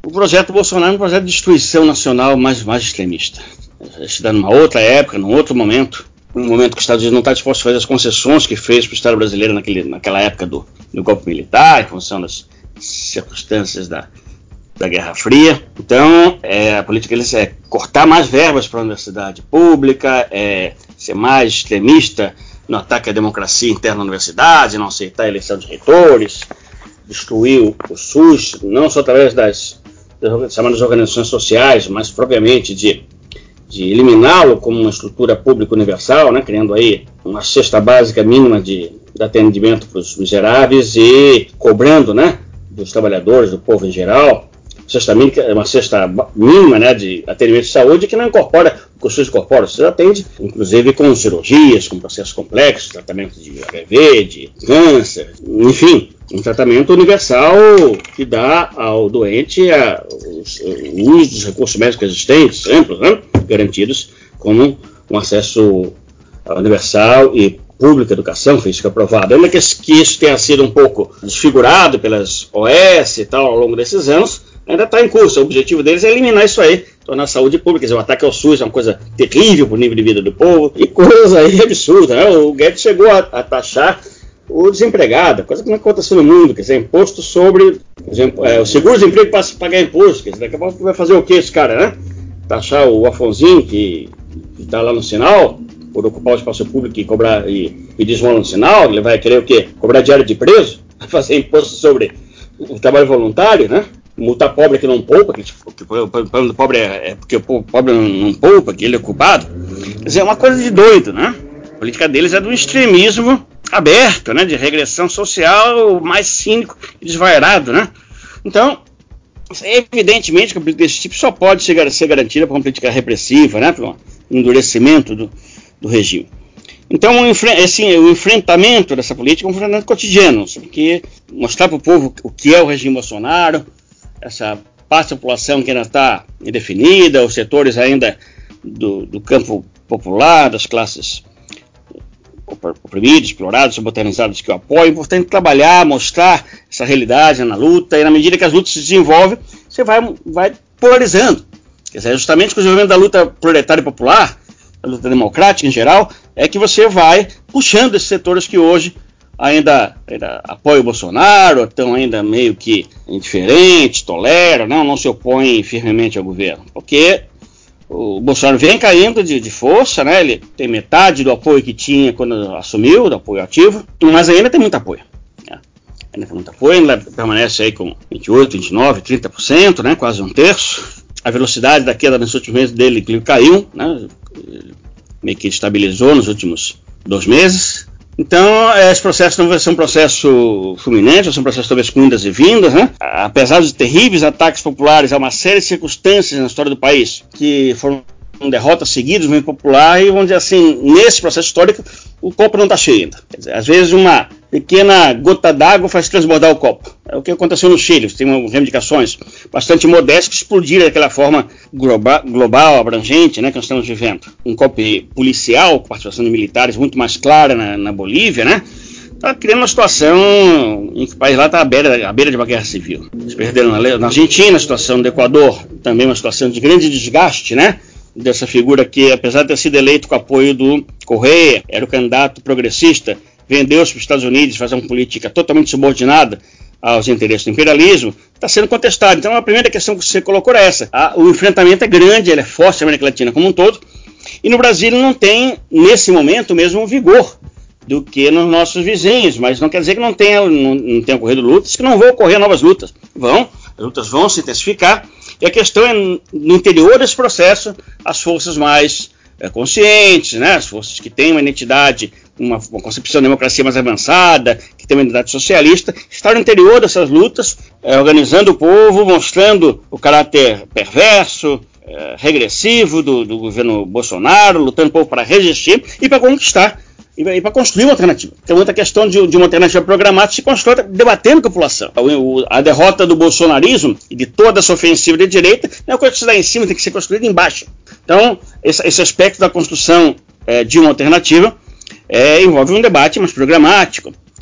o projeto Bolsonaro é um projeto de destruição nacional mais, mais extremista. Está numa outra época, num outro momento, um momento que os Estados Unidos não está disposto a fazer as concessões que fez para o Estado brasileiro naquele, naquela época do, do golpe militar, em função das circunstâncias da, da Guerra Fria. Então, é, a política deles é cortar mais verbas para a universidade pública, é ser mais extremista no ataque à democracia interna da universidade, não aceitar a eleição de reitores, destruir o, o SUS, não só através das, das chamadas organizações sociais, mas propriamente de, de eliminá-lo como uma estrutura pública universal, né, criando aí uma cesta básica mínima de, de atendimento para os miseráveis e cobrando, né, dos trabalhadores, do povo em geral, cesta mínima, uma cesta mínima, né, de atendimento de saúde que não incorpora o que o SUS incorpora. O SUS atende, inclusive, com cirurgias, com processos complexos, tratamento de H I V, de câncer, enfim, um tratamento universal que dá ao doente a, os, o uso dos recursos médicos existentes, amplos, né, garantidos como um acesso universal e pública educação física aprovada. Ainda que, que isso tenha sido um pouco desfigurado pelas O S e tal ao longo desses anos, ainda está em curso. O objetivo deles é eliminar isso aí, tornar a saúde pública. Quer dizer, o ataque ao SUS é uma coisa terrível para o nível de vida do povo, e coisa aí absurda, né? O Guedes chegou a, a taxar o desempregado, coisa que não acontece no mundo, quer dizer, imposto sobre, por exemplo, é, o seguro-desemprego para pagar imposto, quer dizer, daqui a pouco vai fazer o que esse cara, né? Taxar o Afonzinho, que está lá no sinal, por ocupar o espaço público e cobrar, e pedir esmola no sinal, ele vai querer o quê? Cobrar diário de preso? Fazer imposto sobre o trabalho voluntário, né? Multar pobre que não poupa, que, que o problema do pobre é, é porque o pobre não, não poupa, que ele é culpado. Quer dizer, é uma coisa de doido, né? A política deles é do extremismo aberto, né? De regressão social mais cínico e desvairado, né? Então, evidentemente que a política desse tipo só pode ser, ser garantida por uma política repressiva, né? Por um endurecimento do, do regime. Então, o, enfre- assim, o enfrentamento dessa política é um enfrentamento cotidiano, porque mostrar para o povo o que é o regime Bolsonaro, essa parte da população que ainda está indefinida, os setores ainda do, do campo popular, das classes oprimidas, exploradas, subalternizadas que o apoiam. É importante trabalhar, mostrar essa realidade na luta, e na medida que as lutas se desenvolvem, você vai, vai polarizando. Quer dizer, justamente com o desenvolvimento da luta proletária e popular, a luta democrática em geral, é que você vai puxando esses setores que hoje ainda, ainda apoiam o Bolsonaro, estão ainda meio que indiferentes, toleram, não, não se opõem firmemente ao governo, porque o Bolsonaro vem caindo de, de força, né? Ele tem metade do apoio que tinha quando assumiu, do apoio ativo, mas ainda tem muito apoio, né? Ainda tem muito apoio, ainda permanece aí com vinte e oito, vinte e nove, trinta por cento, né? Quase um terço. A velocidade da queda nos últimos meses dele caiu, né? Meio que estabilizou nos últimos dois meses. Então, esse processo não vai ser um processo fulminante, vai ser um processo talvez com indas e vindas, né? Apesar dos terríveis ataques populares a uma série de circunstâncias na história do país, que foram derrotas seguidas no movimento popular, e vamos dizer assim, nesse processo histórico, o copo não está cheio ainda. Quer dizer, às vezes uma pequena gota d'água faz transbordar o copo. É o que aconteceu no Chile. Tem reivindicações bastante modestas que explodiram daquela forma global, global abrangente, né, que nós estamos vivendo. Um golpe policial, com participação de militares muito mais clara na, na Bolívia, né? Está criando uma situação em que o país lá está à beira, à beira de uma guerra civil. Eles perderam na, na Argentina, a situação do Equador, também uma situação de grande desgaste, né? Dessa figura que, apesar de ter sido eleito com apoio do Correia, era o candidato progressista, vendeu-se para os Estados Unidos, fazer uma política totalmente subordinada aos interesses do imperialismo, está sendo contestado. Então a primeira questão que você colocou é essa. A, o enfrentamento é grande, ele é forte na América Latina como um todo, e no Brasil ele não tem, nesse momento, o mesmo vigor do que nos nossos vizinhos, mas não quer dizer que não tenha, não, não tenha ocorrido lutas, que não vão ocorrer novas lutas. Vão, as lutas vão se intensificar, e a questão é, no interior desse processo, as forças mais é, conscientes, né, as forças que têm uma identidade, uma, uma concepção de democracia mais avançada, que tem uma identidade socialista, estar no interior dessas lutas, é, organizando o povo, mostrando o caráter perverso, é, regressivo do, do governo Bolsonaro, lutando o povo para resistir e para conquistar, e, e para construir uma alternativa. Tem muita questão de, de uma alternativa programática se constrói debatendo com a população. O, o, a derrota do bolsonarismo e de toda essa ofensiva de direita não é coisa que se dá em cima, tem que ser construída embaixo. Então, esse, esse aspecto da construção é, de uma alternativa é, envolve um debate mais programático,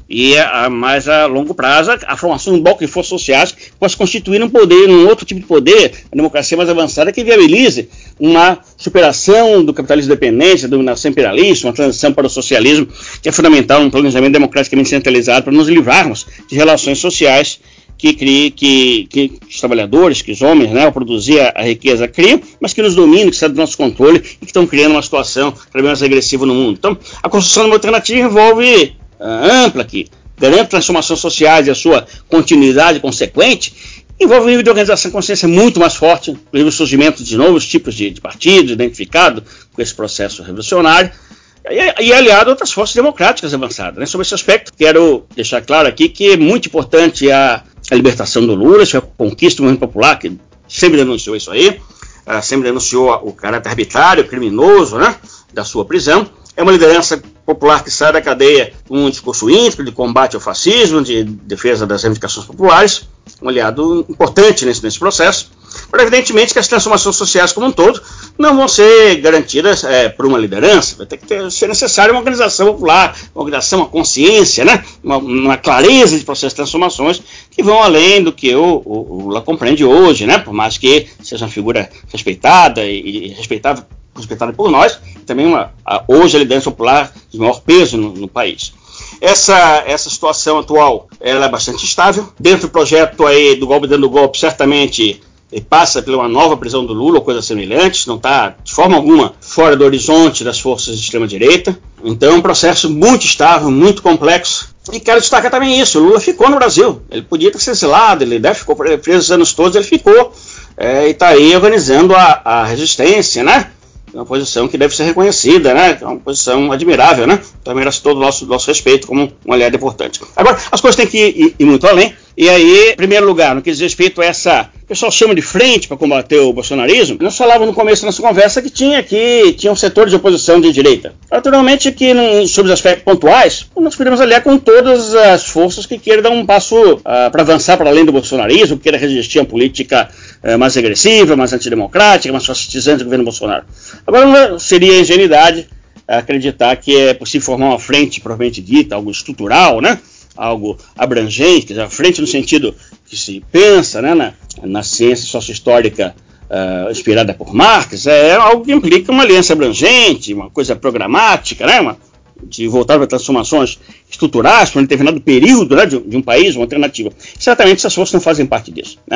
e a, mais a longo prazo a formação de um bloco de forças sociais que possa constituir um poder, um outro tipo de poder, a democracia mais avançada que viabilize uma superação do capitalismo dependente, da dominação imperialista, uma transição para o socialismo, que é fundamental um planejamento democraticamente centralizado para nos livrarmos de relações sociais que, crie, que, que os trabalhadores, que os homens, né, ao produzir a, a riqueza criam, mas que nos dominam, que saem do nosso controle e que estão criando uma situação cada vez mais agressiva no mundo. Então, a construção de uma alternativa envolve uh, ampla aqui, garante transformações sociais e a sua continuidade consequente, envolve um nível de organização e consciência muito mais forte, inclusive o surgimento de novos tipos de, de partidos identificados com esse processo revolucionário, e, e aliado a outras forças democráticas avançadas. Né? Sobre esse aspecto, quero deixar claro aqui que é muito importante a, a libertação do Lula, isso é a conquista do movimento popular, que sempre denunciou isso aí, uh, sempre denunciou o caráter arbitrário, criminoso, né, da sua prisão. É uma liderança popular que sai da cadeia com um discurso íntegro de combate ao fascismo, de defesa das reivindicações populares, um aliado importante nesse, nesse processo. Mas, evidentemente, que as transformações sociais como um todo não vão ser garantidas é, por uma liderança, vai ter que ter, ser necessária uma organização popular, uma organização, uma consciência, né? uma, uma clareza de processos de transformações que vão além do que o, o, o Lula compreende hoje, né? Por mais que seja uma figura respeitada e, e respeitável, respeitada por nós, e também uma, a, hoje a liderança popular de maior peso no, no país. Essa, essa situação atual ela é bastante estável. Dentro do projeto aí do golpe, dentro do golpe, certamente passa por uma nova prisão do Lula ou coisa semelhante, não está de forma alguma fora do horizonte das forças de extrema-direita. Então é um processo muito estável, muito complexo. E quero destacar também isso, o Lula ficou no Brasil, ele podia ter sido exilado, ele né, ficou preso os anos todos, ele ficou é, e está aí organizando a, a resistência, né? Uma posição que deve ser reconhecida, né? É uma posição admirável, né? Então merece todo o nosso, nosso respeito como um aliado importante. Agora, as coisas têm que ir, ir muito além. E aí, em primeiro lugar, no que diz respeito a essa... O pessoal chama de frente para combater o bolsonarismo. Nós falávamos no começo da nossa conversa que tinha aqui tinha um setor de oposição de direita. Naturalmente que sobre os aspectos pontuais, nós podemos aliar com todas as forças que queiram dar um passo uh, para avançar para além do bolsonarismo, que queiram resistir a uma política uh, mais agressiva, mais antidemocrática, mais fascistizante do governo Bolsonaro. Agora, seria ingenuidade acreditar que é possível formar uma frente propriamente dita, algo estrutural, né? Algo abrangente, quer dizer, a frente no sentido que se pensa, né, na, na ciência sócio-histórica uh, inspirada por Marx, é algo que implica uma aliança abrangente, uma coisa programática, né, uma, de voltar para transformações estruturais para um determinado período, né, de, de um país, uma alternativa. Certamente essas forças não fazem parte disso, né?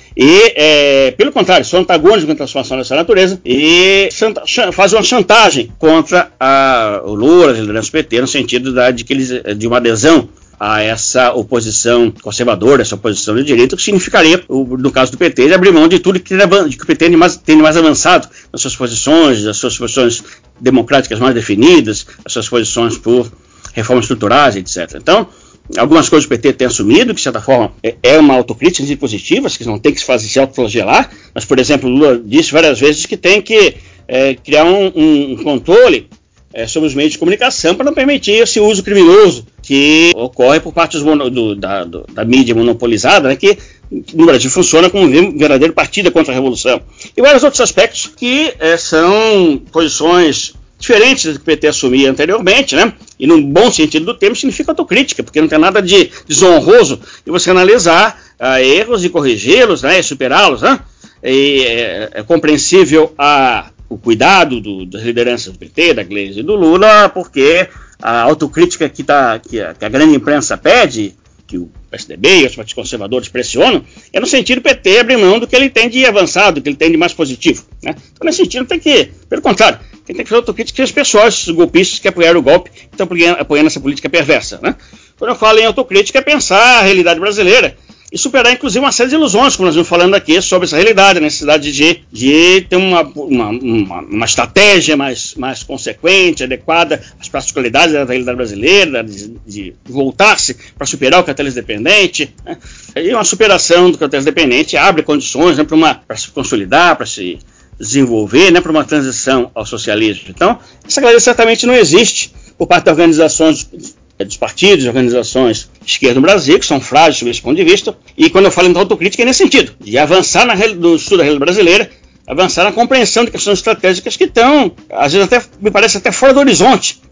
E, é, pelo contrário, são antagônicos com a transformação dessa natureza e chanta, ch- fazem uma chantagem contra a, o Lula, a liderança do P T, no sentido da, de, que eles, de uma adesão a essa oposição conservadora, essa oposição de direita, que significaria, no caso do P T, de abrir mão de tudo que, que o P T tem mais, tem mais avançado nas suas posições, das suas posições democráticas mais definidas, as suas posições por reformas estruturais, etcétera. Então, algumas coisas o P T tem assumido, que de certa forma é uma autocrítica positivas, que não tem que se fazer se autoflagelar, mas, por exemplo, o Lula disse várias vezes que tem que é, criar um, um controle é, sobre os meios de comunicação para não permitir esse uso criminoso que ocorre por parte dos mono, do, da, do, da mídia monopolizada, né, que no Brasil funciona como um verdadeiro partido contra a Revolução. E vários outros aspectos que é, são posições diferentes do que o P T assumia anteriormente, né? E num bom sentido do termo significa autocrítica, porque não tem nada de desonroso em você analisar uh, erros e corrigi-los, né? E superá-los, né? E é, é compreensível a, o cuidado do, das lideranças do P T, da Gleisi e do Lula, porque a autocrítica que, tá, que, a, que a grande imprensa pede, que o P S D B e os partidos conservadores pressionam, é no sentido do P T abrir mão do que ele tem de avançado, do que ele tem de mais positivo, né? Então, nesse sentido, tem que, pelo contrário, quem tem que fazer autocrítica são os pessoas, os golpistas que apoiaram o golpe, que estão apoiando essa política perversa, né? Quando eu falo em autocrítica, é pensar a realidade brasileira e superar, inclusive, uma série de ilusões, como nós vimos falando aqui, sobre essa realidade, a necessidade de, de ter uma, uma, uma, uma estratégia mais, mais consequente, adequada às particularidades da realidade brasileira, de, de voltar-se para superar o capitalismo dependente, né? E uma superação do capitalismo dependente abre condições, né, para se consolidar, para se desenvolver, né, para uma transição ao socialismo. Então, essa clareza certamente não existe por parte das organizações, dos partidos, organizações de esquerda no Brasil, que são frágeis sob esse ponto de vista, e quando eu falo em autocrítica é nesse sentido, de avançar na, no estudo da realidade brasileira, avançar na compreensão de questões estratégicas que estão, às vezes até, me parece até fora do horizonte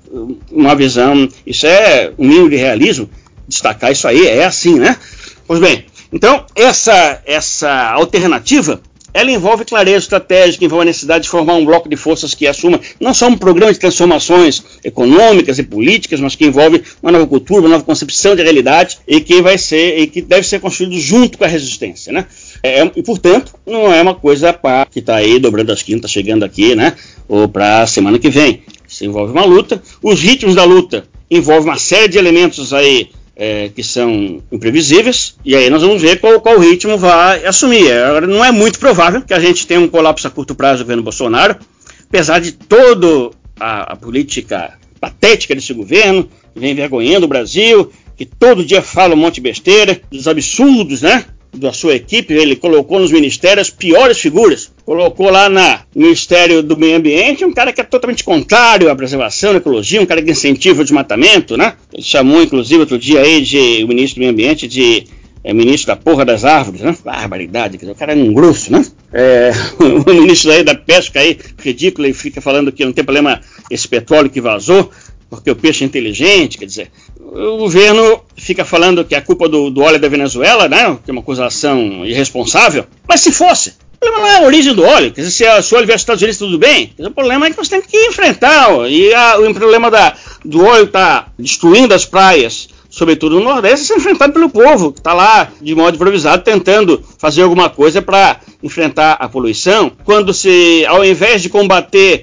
uma visão, isso é um mínimo de realismo, destacar isso aí, é assim, né? Pois bem, então essa, essa alternativa, ela envolve clareza estratégica, envolve a necessidade de formar um bloco de forças que assuma não só um programa de transformações econômicas e políticas, mas que envolve uma nova cultura, uma nova concepção de realidade e que vai ser, e que deve ser construído junto com a resistência, né? É, e, portanto, não é uma coisa pá, que está aí dobrando as quintas, chegando aqui, né? Ou para a semana que vem. Isso envolve uma luta. Os ritmos da luta envolvem uma série de elementos aí é, que são imprevisíveis, e aí nós vamos ver qual, qual ritmo vai assumir. Agora, não é muito provável que a gente tenha um colapso a curto prazo do governo Bolsonaro, apesar de toda a, a política patética desse governo, que vem envergonhando o Brasil, que todo dia fala um monte de besteira, dos absurdos, né? Da sua equipe. Ele colocou nos ministérios as piores figuras. Colocou lá na, no Ministério do Meio Ambiente um cara que é totalmente contrário à preservação, à ecologia, um cara que incentiva o desmatamento, né? Ele chamou, inclusive, outro dia aí, de, o ministro do Meio Ambiente de é, ministro da porra das árvores, né? Barbaridade, quer dizer, o cara é um grosso, né? É, o ministro aí da pesca aí, ridículo, ele fica falando que não tem problema esse petróleo que vazou, porque o peixe é inteligente, quer dizer, o governo fica falando que é a culpa do, do óleo da Venezuela, né, que é uma acusação irresponsável, mas se fosse, o problema não é a origem do óleo, quer dizer, se, a, se o óleo vier dos Estados Unidos, tudo bem, quer dizer, o problema é que você tem que enfrentar, ó, e a, o problema da, do óleo está destruindo as praias, sobretudo no Nordeste, ser enfrentado pelo povo, que está lá de modo improvisado, tentando fazer alguma coisa para enfrentar a poluição, quando se, ao invés de combater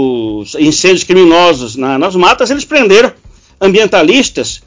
os incêndios criminosos na, nas matas, eles prenderam ambientalistas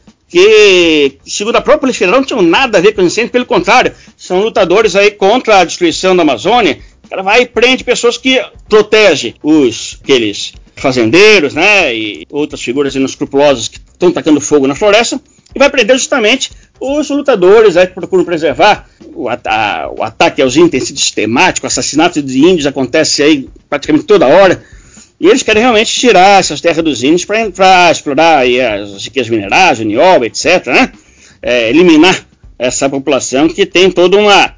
que, segundo a própria Polícia Federal, não tinham nada a ver com o incêndio, pelo contrário, são lutadores aí contra a destruição da Amazônia. O cara vai e prende pessoas que protegem os aqueles fazendeiros, né, e outras figuras inescrupulosas que estão tacando fogo na floresta, e vai prender justamente os lutadores aí que procuram preservar. O, a, o ataque aos índios tem sido sistemático, o assassinato de índios acontece aí praticamente toda hora. E eles querem realmente tirar essas terras dos índios para explorar aí as riquezas minerais, o nióbio, etcétera, né? É, eliminar essa população que tem toda uma,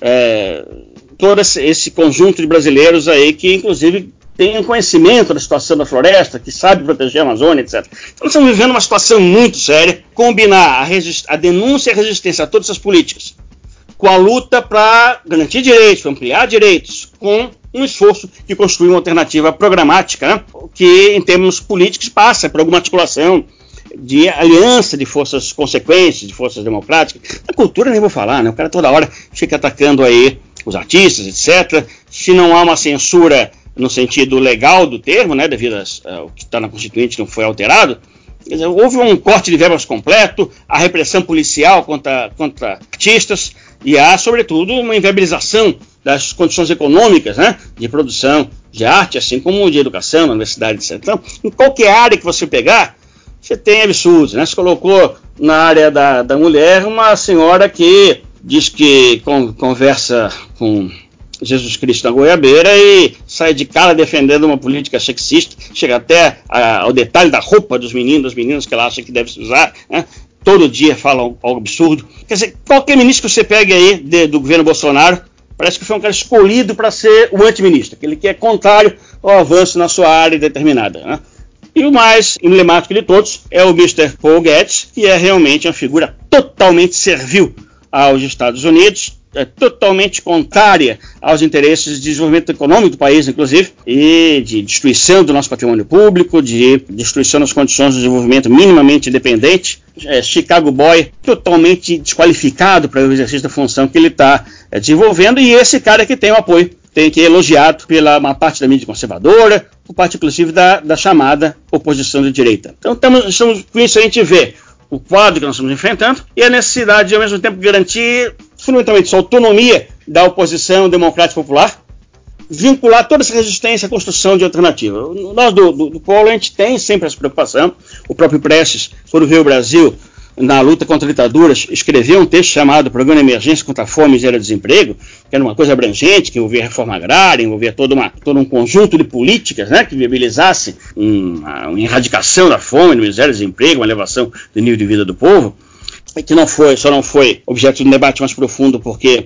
é, todo esse, esse conjunto de brasileiros aí que, inclusive, tem um conhecimento da situação da floresta, que sabe proteger a Amazônia, etcétera. Então, nós estamos vivendo uma situação muito séria. Combinar a, a denúncia e a resistência a todas essas políticas com a luta para garantir direitos, para ampliar direitos, com um esforço de construir uma alternativa programática, né, que em termos políticos passa por alguma articulação de aliança de forças consequentes, de forças democráticas. A cultura nem vou falar, né? O cara toda hora fica atacando aí os artistas, etcétera. Se não há uma censura no sentido legal do termo, né, devido ao que está na Constituinte que não foi alterado, quer dizer, houve um corte de verbas completo, a repressão policial contra, contra artistas, e há, sobretudo, uma inviabilização das condições econômicas, né, de produção de arte, assim como de educação na universidade, etcétera. Então, em qualquer área que você pegar, você tem absurdos, né? Você colocou na área da, da mulher uma senhora que diz que con, conversa com Jesus Cristo na goiabeira e sai de cara defendendo uma política sexista, chega até a, ao detalhe da roupa dos meninos, das meninas que ela acha que deve se usar, né? Todo dia fala algo, algo absurdo. Quer dizer, qualquer ministro que você pegue aí de, do governo Bolsonaro, parece que foi um cara escolhido para ser o antiministro, aquele que é contrário ao avanço na sua área determinada, né? E o mais emblemático de todos é o mister Paul Guedes, que é realmente uma figura totalmente servil aos Estados Unidos, é totalmente contrária aos interesses de desenvolvimento econômico do país, inclusive, e de destruição do nosso patrimônio público, de destruição das condições de desenvolvimento minimamente independente. É, Chicago Boy, totalmente desqualificado para o exercício da função que ele está é, desenvolvendo, e esse cara que tem o apoio, tem que ser elogiado pela uma parte da mídia conservadora, por parte, inclusive, da, da chamada oposição de direita. Então, estamos, estamos, com isso a gente vê o quadro que nós estamos enfrentando e a necessidade de, ao mesmo tempo, garantir fundamentalmente a autonomia da oposição democrática popular, vincular toda essa resistência à construção de alternativa. Nós do, do, do Polo, a gente tem sempre essa preocupação. O próprio Prestes, quando veio o Brasil na luta contra ditaduras, escreveu um texto chamado Programa de Emergência contra a Fome e Desemprego, que era uma coisa abrangente, que envolvia reforma agrária, envolvia todo, uma, todo um conjunto de políticas, né, que viabilizasse uma, uma erradicação da fome, do miséria e desemprego, uma elevação do nível de vida do povo, que não foi, só não foi objeto de um debate mais profundo porque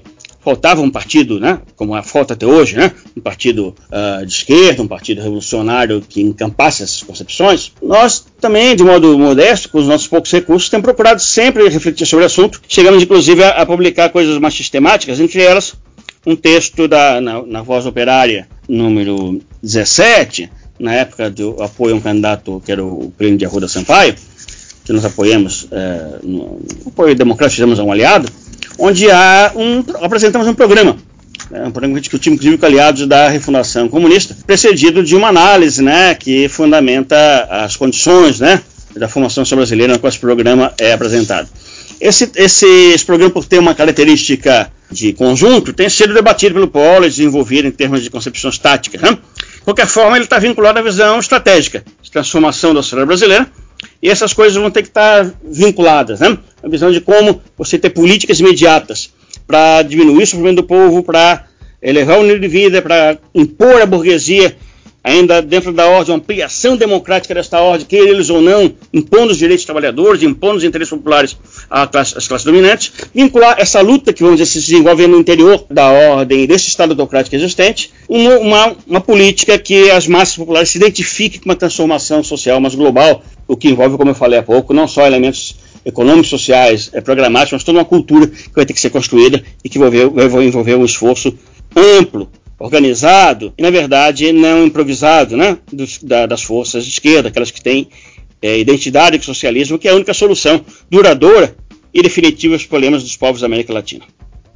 faltava um partido, né, como a falta até hoje, né, um partido uh, de esquerda, um partido revolucionário que encampasse essas concepções, nós também, de modo modesto, com os nossos poucos recursos, temos procurado sempre refletir sobre o assunto, chegamos inclusive a, a publicar coisas mais sistemáticas, entre elas um texto da, na, na Voz Operária, número dezessete, na época do apoio a um candidato que era o Plínio de Arruda Sampaio, que nós apoiamos, é, no apoio democrático, fizemos um aliado, onde há um, apresentamos um programa, né, um programa que discutimos inclusive com aliados da Refundação Comunista, precedido de uma análise, né, que fundamenta as condições, né, da formação social brasileira na qual esse programa é apresentado. Esse, esse, esse programa, por ter uma característica de conjunto, tem sido debatido pelo Polo e desenvolvido em termos de concepções táticas. Né? De qualquer forma, ele está vinculado à visão estratégica de transformação da sociedade brasileira, e essas coisas vão ter que estar vinculadas, né? A visão de como você ter políticas imediatas para diminuir o sofrimento do povo, para elevar o nível de vida, para impor à burguesia, ainda dentro da ordem, uma ampliação democrática desta ordem, queira eles ou não, impondo os direitos dos trabalhadores, impondo os interesses populares às classes, às classes dominantes, vincular essa luta que, vamos dizer, se desenvolve no interior da ordem desse Estado autocrático existente, uma, uma, uma política que as massas populares se identifiquem com uma transformação social mais global, o que envolve, como eu falei há pouco, não só elementos econômicos, sociais, é, programáticos, mas toda uma cultura que vai ter que ser construída e que vai envolver, vai envolver um esforço amplo, organizado e, na verdade, não improvisado, né, dos, da, das forças de esquerda, aquelas que têm é, identidade com o socialismo, que é a única solução duradoura e definitiva aos problemas dos povos da América Latina.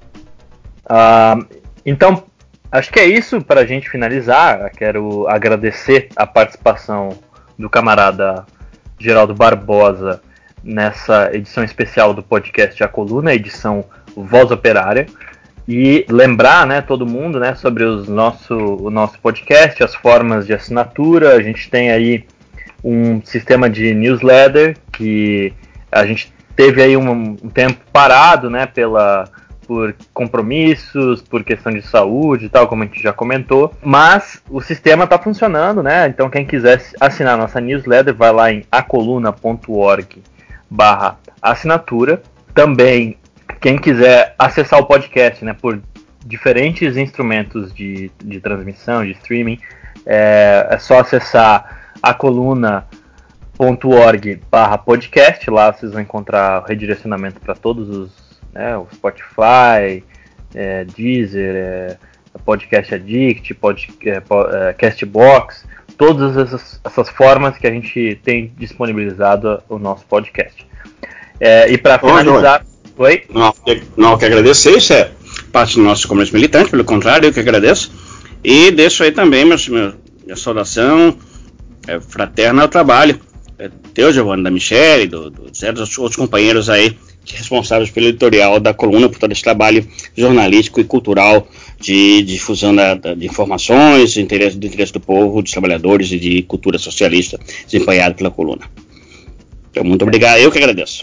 Uh, então, acho que é isso para a gente finalizar. Quero agradecer a participação do camarada Geraldo Barbosa nessa edição especial do podcast A Coluna, edição Voz Operária. E lembrar, né, todo mundo, né, sobre os nosso, o nosso podcast, as formas de assinatura. A gente tem aí um sistema de newsletter que a gente teve aí um, um tempo parado, né, pela, por compromissos, por questão de saúde e tal, como a gente já comentou. Mas o sistema está funcionando, né? Então quem quiser assinar nossa newsletter vai lá em acoluna ponto org barra assinatura. Também quem quiser acessar o podcast, né, por diferentes instrumentos de, de transmissão, de streaming, é, é só acessar acoluna ponto org barra podcast. Lá vocês vão encontrar redirecionamento para todos os, né, o Spotify, é, Deezer, é, Podcast Addict, pod, é, é, Castbox, todas essas, essas formas que a gente tem disponibilizado o nosso podcast. É, e para finalizar... Oi? Não, não que agradecer, isso é parte do nosso comunidade militante, pelo contrário, eu que agradeço. E deixo aí também meu, meu, minha saudação é, fraterna ao trabalho é, teu, Giovanni, da Michele, do, do, dos outros companheiros aí responsáveis pelo editorial da coluna, por todo esse trabalho jornalístico e cultural de difusão da, da, de informações, de interesse, do interesse do povo, dos trabalhadores e de cultura socialista desempenhado pela coluna. Então, muito obrigado, eu que agradeço.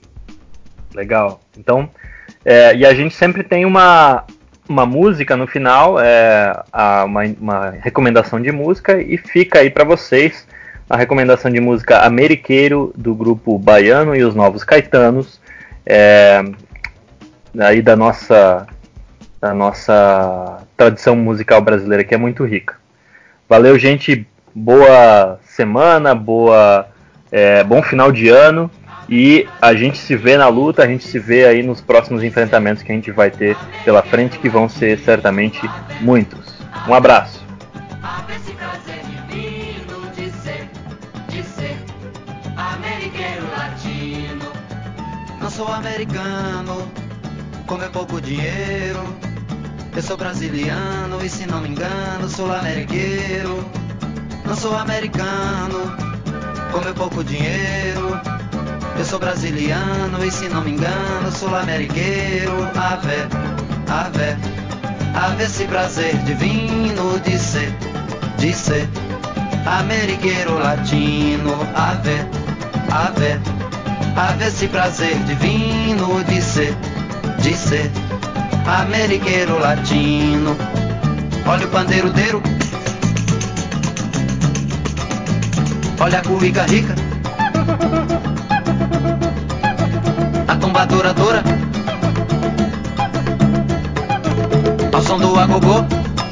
Legal. Então, é, e a gente sempre tem uma, uma música no final, é, a, uma, uma recomendação de música, e fica aí para vocês a recomendação de música Ameriqueiro, do grupo Baiano e os Novos Caetanos, é, aí da nossa, da nossa tradição musical brasileira, que é muito rica. Valeu, gente. Boa semana, boa, é, bom final de ano. E a gente se vê na luta, a gente se vê aí nos próximos enfrentamentos que a gente vai ter pela frente, que vão ser certamente muitos. Um abraço. Não sou americano, com meu pouco dinheiro. Eu sou brasiliano e, se não me engano, sou ameriqueiro. Não sou americano, com meu pouco dinheiro. Eu sou brasiliano e, se não me engano, sul-ameriqueiro. Ave, ave, ave esse prazer divino de ser, de ser ameriqueiro latino. Ave, ave, ave esse prazer divino de ser, de ser ameriqueiro latino. Olha o pandeiro-deiro, olha a cuíca rica, a tombadora-dora, a gogô.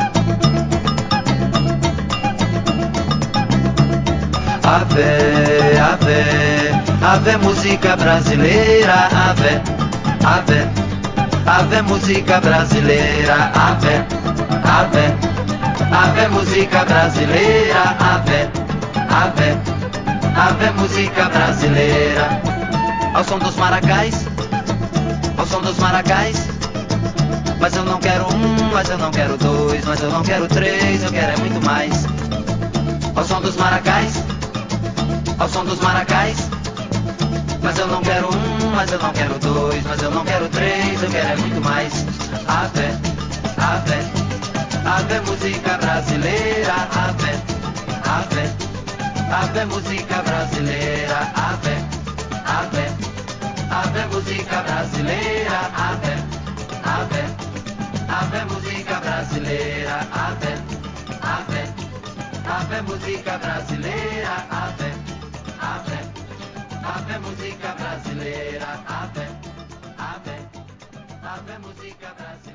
Ave, ave, ave música brasileira, ave, ave, ave música brasileira, ave, ave, ave música brasileira, ave, ave, ave música brasileira. Ao som dos maracais, ao som dos maracais. Mas eu não quero um, mas eu não quero dois, mas eu não quero três, eu quero é muito mais. Ao som dos maracais, ao som dos maracais. Mas eu não quero um, mas eu não quero dois, mas eu não quero três, eu quero é muito mais. Ave, ave, ave música brasileira, ave, ave, ave música brasileira, ave, ave, ave música brasileira, ave, ave, ave música brasileira, ave, ave, ave música brasileira, ave, ave, ave música brasileira, ave, ave, ave música brasileira.